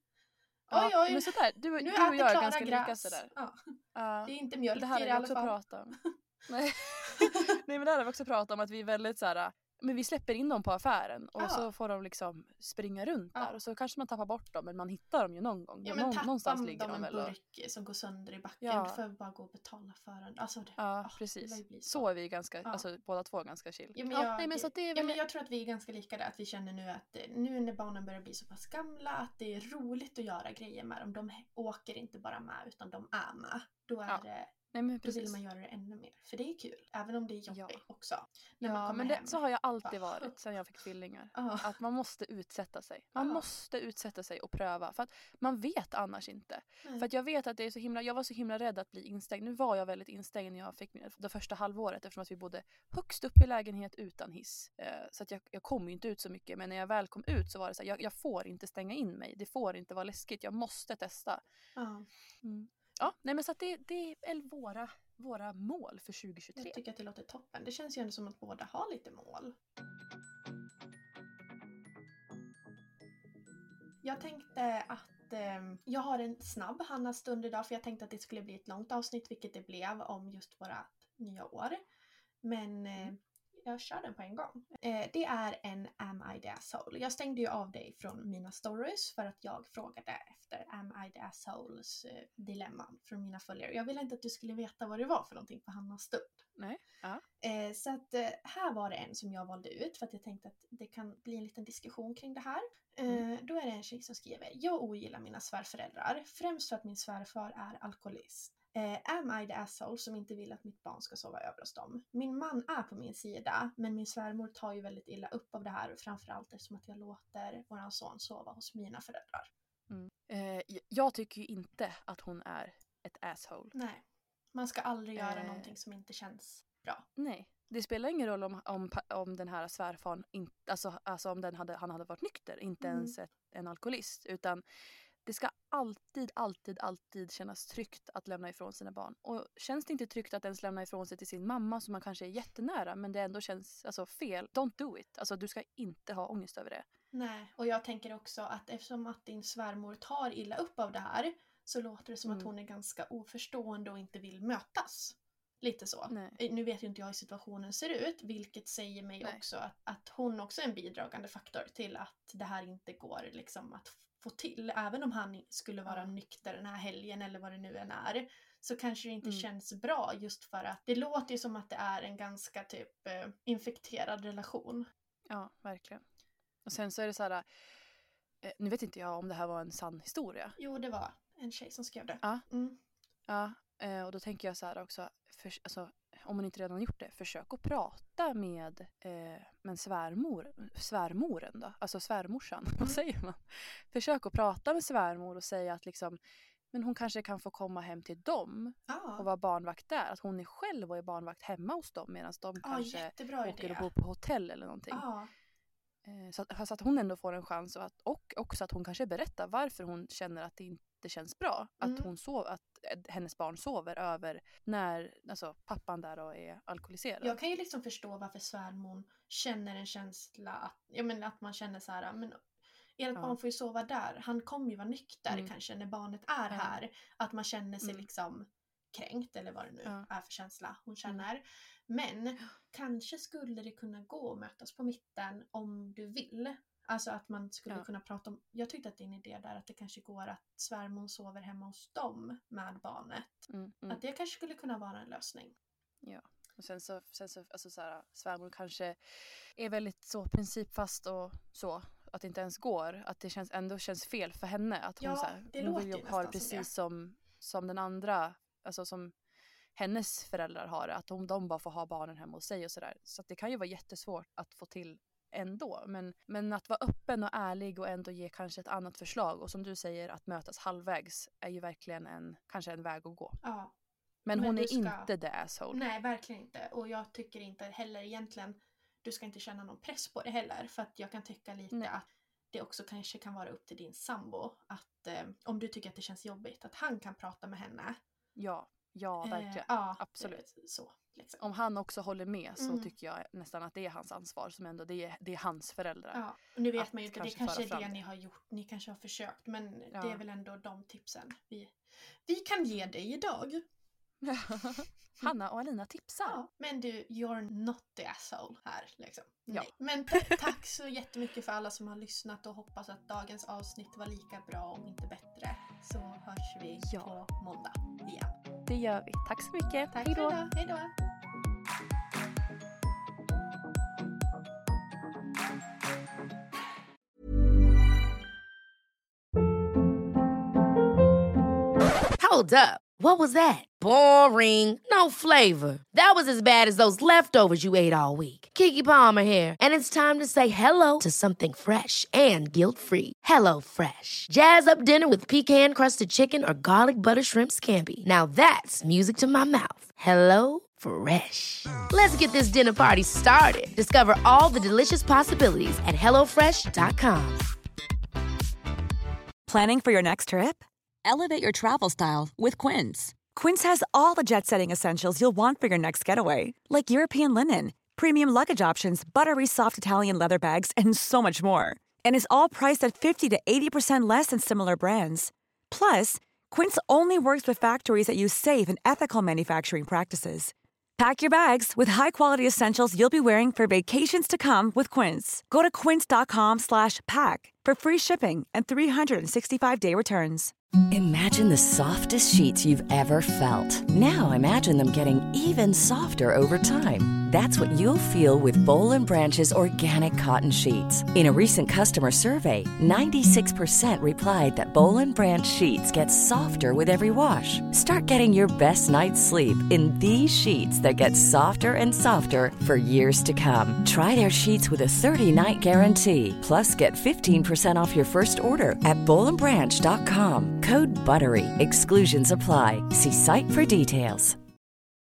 Ja, oj oj, men sådär, du, nu du och äter jag är Klara ganska lika gräs. sådär. Ja, Ja. det är inte mjölk Det här i har det i vi alla också fall. pratat om. Nej. Nej, men det här har vi också pratat om, att vi är väldigt så här. men vi släpper in dem på affären och Ja. så får de liksom springa runt Ja. där och så kanske man tappar bort dem, men man hittar dem ju någon gång. Ja, men någon, tappar någonstans de ligger de en väl. Och, burk som går sönder i backen, Ja. då får vi bara gå och betala för den. Alltså, det, ja, ah, precis. det lär ju bli Så är vi ganska, Ja. alltså båda två ganska chill. Ja, men Ja, jag, nej, men så att det är ja, väl... men jag tror att vi är ganska lika där, att vi känner nu att eh, nu när barnen börjar bli så pass gamla att det är roligt att göra grejer med dem. De åker inte bara med utan de är med. Då, är Ja, det, nej, men då precis. vill man göra det ännu mer. För det är kul, även om det är jobbigt Ja. också. När man Ja, kommer men det, hem. så har jag alltid Bara, varit sedan jag fick tvillingar. Ja. Att man måste utsätta sig. Man Ja. måste utsätta sig och pröva. För att man vet annars inte. Nej. För att jag vet att det är så himla, jag var så himla rädd att bli instängd. Nu var jag väldigt instängd när jag fick min, det första halvåret. Eftersom att vi bodde högst upp i lägenhet utan hiss. Eh, så att jag, jag kom ju inte ut så mycket. Men när jag väl kom ut så var det så här, jag, jag får inte stänga in mig. Det får inte vara läskigt. Jag måste testa. Ja. Mm. Ja, nej men så att det, det är våra, våra mål för tjugohundratjugotre. Jag tycker att det låter toppen. Det känns ju ändå som att båda har lite mål. Jag tänkte att eh, jag har en snabb Hanna-stund idag, för jag tänkte att det skulle bli ett långt avsnitt, vilket det blev, om just våra nya år. Men eh, jag kör den på en gång. Eh, det är en Am I the Asshole? Jag stängde ju av dig från mina stories för att jag frågade efter Am I the Assholes eh, dilemman från mina följare. Jag ville inte att du skulle veta vad det var för någonting på Hannas stund. Nej, ja. Eh, så att eh, här var det en som jag valde ut för att jag tänkte att det kan bli en liten diskussion kring det här. Eh, Mm. Då är det en tjej som skriver: jag ogillar mina svärföräldrar, främst för att min svärfar är alkoholist. Eh, am I the asshole som inte vill att mitt barn ska sova över hos dem? Min man är på min sida, men min svärmor tar ju väldigt illa upp av det här, och framförallt eftersom att jag låter våran son sova hos mina föräldrar. Mm. Eh, j- jag tycker ju inte att hon är ett asshole. Nej, man ska aldrig göra Eh. någonting som inte känns bra. Nej, det spelar ingen roll om, om, pa- om den här svärfaren, in, alltså, alltså om den hade, han hade varit nykter, inte Mm. ens ett, en alkoholist. Utan det ska alltid, alltid, alltid kännas tryggt att lämna ifrån sina barn. Och känns det inte tryggt att ens lämna ifrån sig till sin mamma som man kanske är jättenära, men det ändå känns alltså, fel, don't do it. Alltså du ska inte ha ångest över det. Nej, och jag tänker också att eftersom att din svärmor tar illa upp av det här, så låter det som Mm. att hon är ganska oförstående och inte vill mötas. Lite så. Nej. Eh, Nu vet ju inte jag hur situationen ser ut, vilket säger mig Nej. också att, att hon också är en bidragande faktor till att det här inte går liksom att få till. Även om han skulle vara Ja. nykter den här helgen eller vad det nu än är, så kanske det inte Mm. känns bra, just för att det låter ju som att det är en ganska typ eh, infekterad relation. Ja, verkligen. Och sen så är det så här, eh, nu vet inte jag om det här var en sann historia. Jo, det var en tjej som skrev det. Ja. Mm. Ja, eh, och då tänker jag så här också, för, alltså, om man inte redan gjort det, försök att prata med, eh, med svärmor, svärmoren då, alltså svärmorsan, vad säger man? Försök att prata med svärmor och säga att liksom, men hon kanske kan få komma hem till dem Ja, och vara barnvakt där. Att hon är själv och är barnvakt hemma hos dem medan de ja kanske jättebra åker idé. och bor på hotell eller någonting. Ja, Eh, Så att, så att hon ändå får en chans och, att, och också att hon kanske berättar varför hon känner att det inte känns bra. Att, Mm. hon sov, att eh, hennes barn sover över när alltså, pappan där då är alkoholiserad. jag kan ju liksom förstå varför svärmor känner en känsla att, jag menar, att man känner så här, men ert Ja. barn får ju sova där. Han kommer ju vara nykter Mm. kanske när barnet är Ja. här. Att man känner sig Mm. liksom kränkt eller vad det nu Ja. är för känsla hon känner. Men kanske skulle det kunna gå att mötas på mitten om du vill. Alltså att man skulle Ja. kunna prata om, jag tyckte att din idé där att det kanske går att svärmor sover hemma hos dem med barnet. Mm, mm. Att det kanske skulle kunna vara en lösning. Och sen så, sen så alltså så här, svärmor kanske är väldigt så principfast och så. Att det inte ens går. Att det känns, ändå känns fel för henne. Att hon, Ja, så här, det hon låter vill ju ju ha det nästan som det. precis som, som den andra, alltså som hennes föräldrar har det. Att de, de bara får ha barnen hemma hos sig och sådär. Så att det kan ju vara jättesvårt att få till ändå. Men, men att vara öppen och ärlig och ändå ge kanske ett annat förslag. Och som du säger, att mötas halvvägs är ju verkligen en, kanske en väg att gå. Ja. Men, Men hon du är ska- inte the asshole. Nej, verkligen inte. Och jag tycker inte heller egentligen, du ska inte känna någon press på det heller. För att jag kan tycka lite Nej. att det också kanske kan vara upp till din sambo. Att eh, om du tycker att det känns jobbigt, att han kan prata med henne. Ja, ja verkligen. Eh, ja, Absolut. eh, Så, liksom. Om han också håller med så Mm. tycker jag nästan att det är hans ansvar. Som ändå det är, det är hans föräldrar. Ja, och nu vet att man ju inte, det kanske kanske är föra det fram ni det. har gjort. Ni kanske har försökt, men Ja. det är väl ändå de tipsen vi, vi kan ge dig idag. Hanna och Alina tipsar. Ja, men du, you're not the asshole här liksom. Ja. Nej. Men t- tack så jättemycket för alla som har lyssnat och hoppas att dagens avsnitt var lika bra om inte bättre. Så hörs vi Ja. på måndag igen. Det gör vi. Tack så mycket. Tack Hej för då. idag. Hej då. Hold up. What was that? Boring. No flavor. That was as bad as those leftovers you ate all week. Keke Palmer here, and it's time to say hello to something fresh and guilt-free. Hello Fresh. Jazz up dinner with pecan-crusted chicken or garlic butter shrimp scampi. Now that's music to my mouth. Hello Fresh. Let's get this dinner party started. Discover all the delicious possibilities at hello fresh dot com. Planning for your next trip? Elevate your travel style with Quince. Quince has all the jet-setting essentials you'll want for your next getaway, like European linen, premium luggage options, buttery soft Italian leather bags, and so much more. And is all priced at fifty to eighty percent less than similar brands. Plus, Quince only works with factories that use safe and ethical manufacturing practices. Pack your bags with high-quality essentials you'll be wearing for vacations to come with Quince. Go to quince.com slash pack for free shipping and three sixty-five day returns. Imagine the softest sheets you've ever felt. Now imagine them getting even softer over time. That's what you'll feel with Boll and Branch's organic cotton sheets. In a recent customer survey, ninety-six percent replied that Boll and Branch sheets get softer with every wash. Start getting your best night's sleep in these sheets that get softer and softer for years to come. Try their sheets with a thirty-night guarantee. Plus, get fifteen percent off your first order at boll and branch dot com. Code BUTTERY. Exclusions apply. See site for details.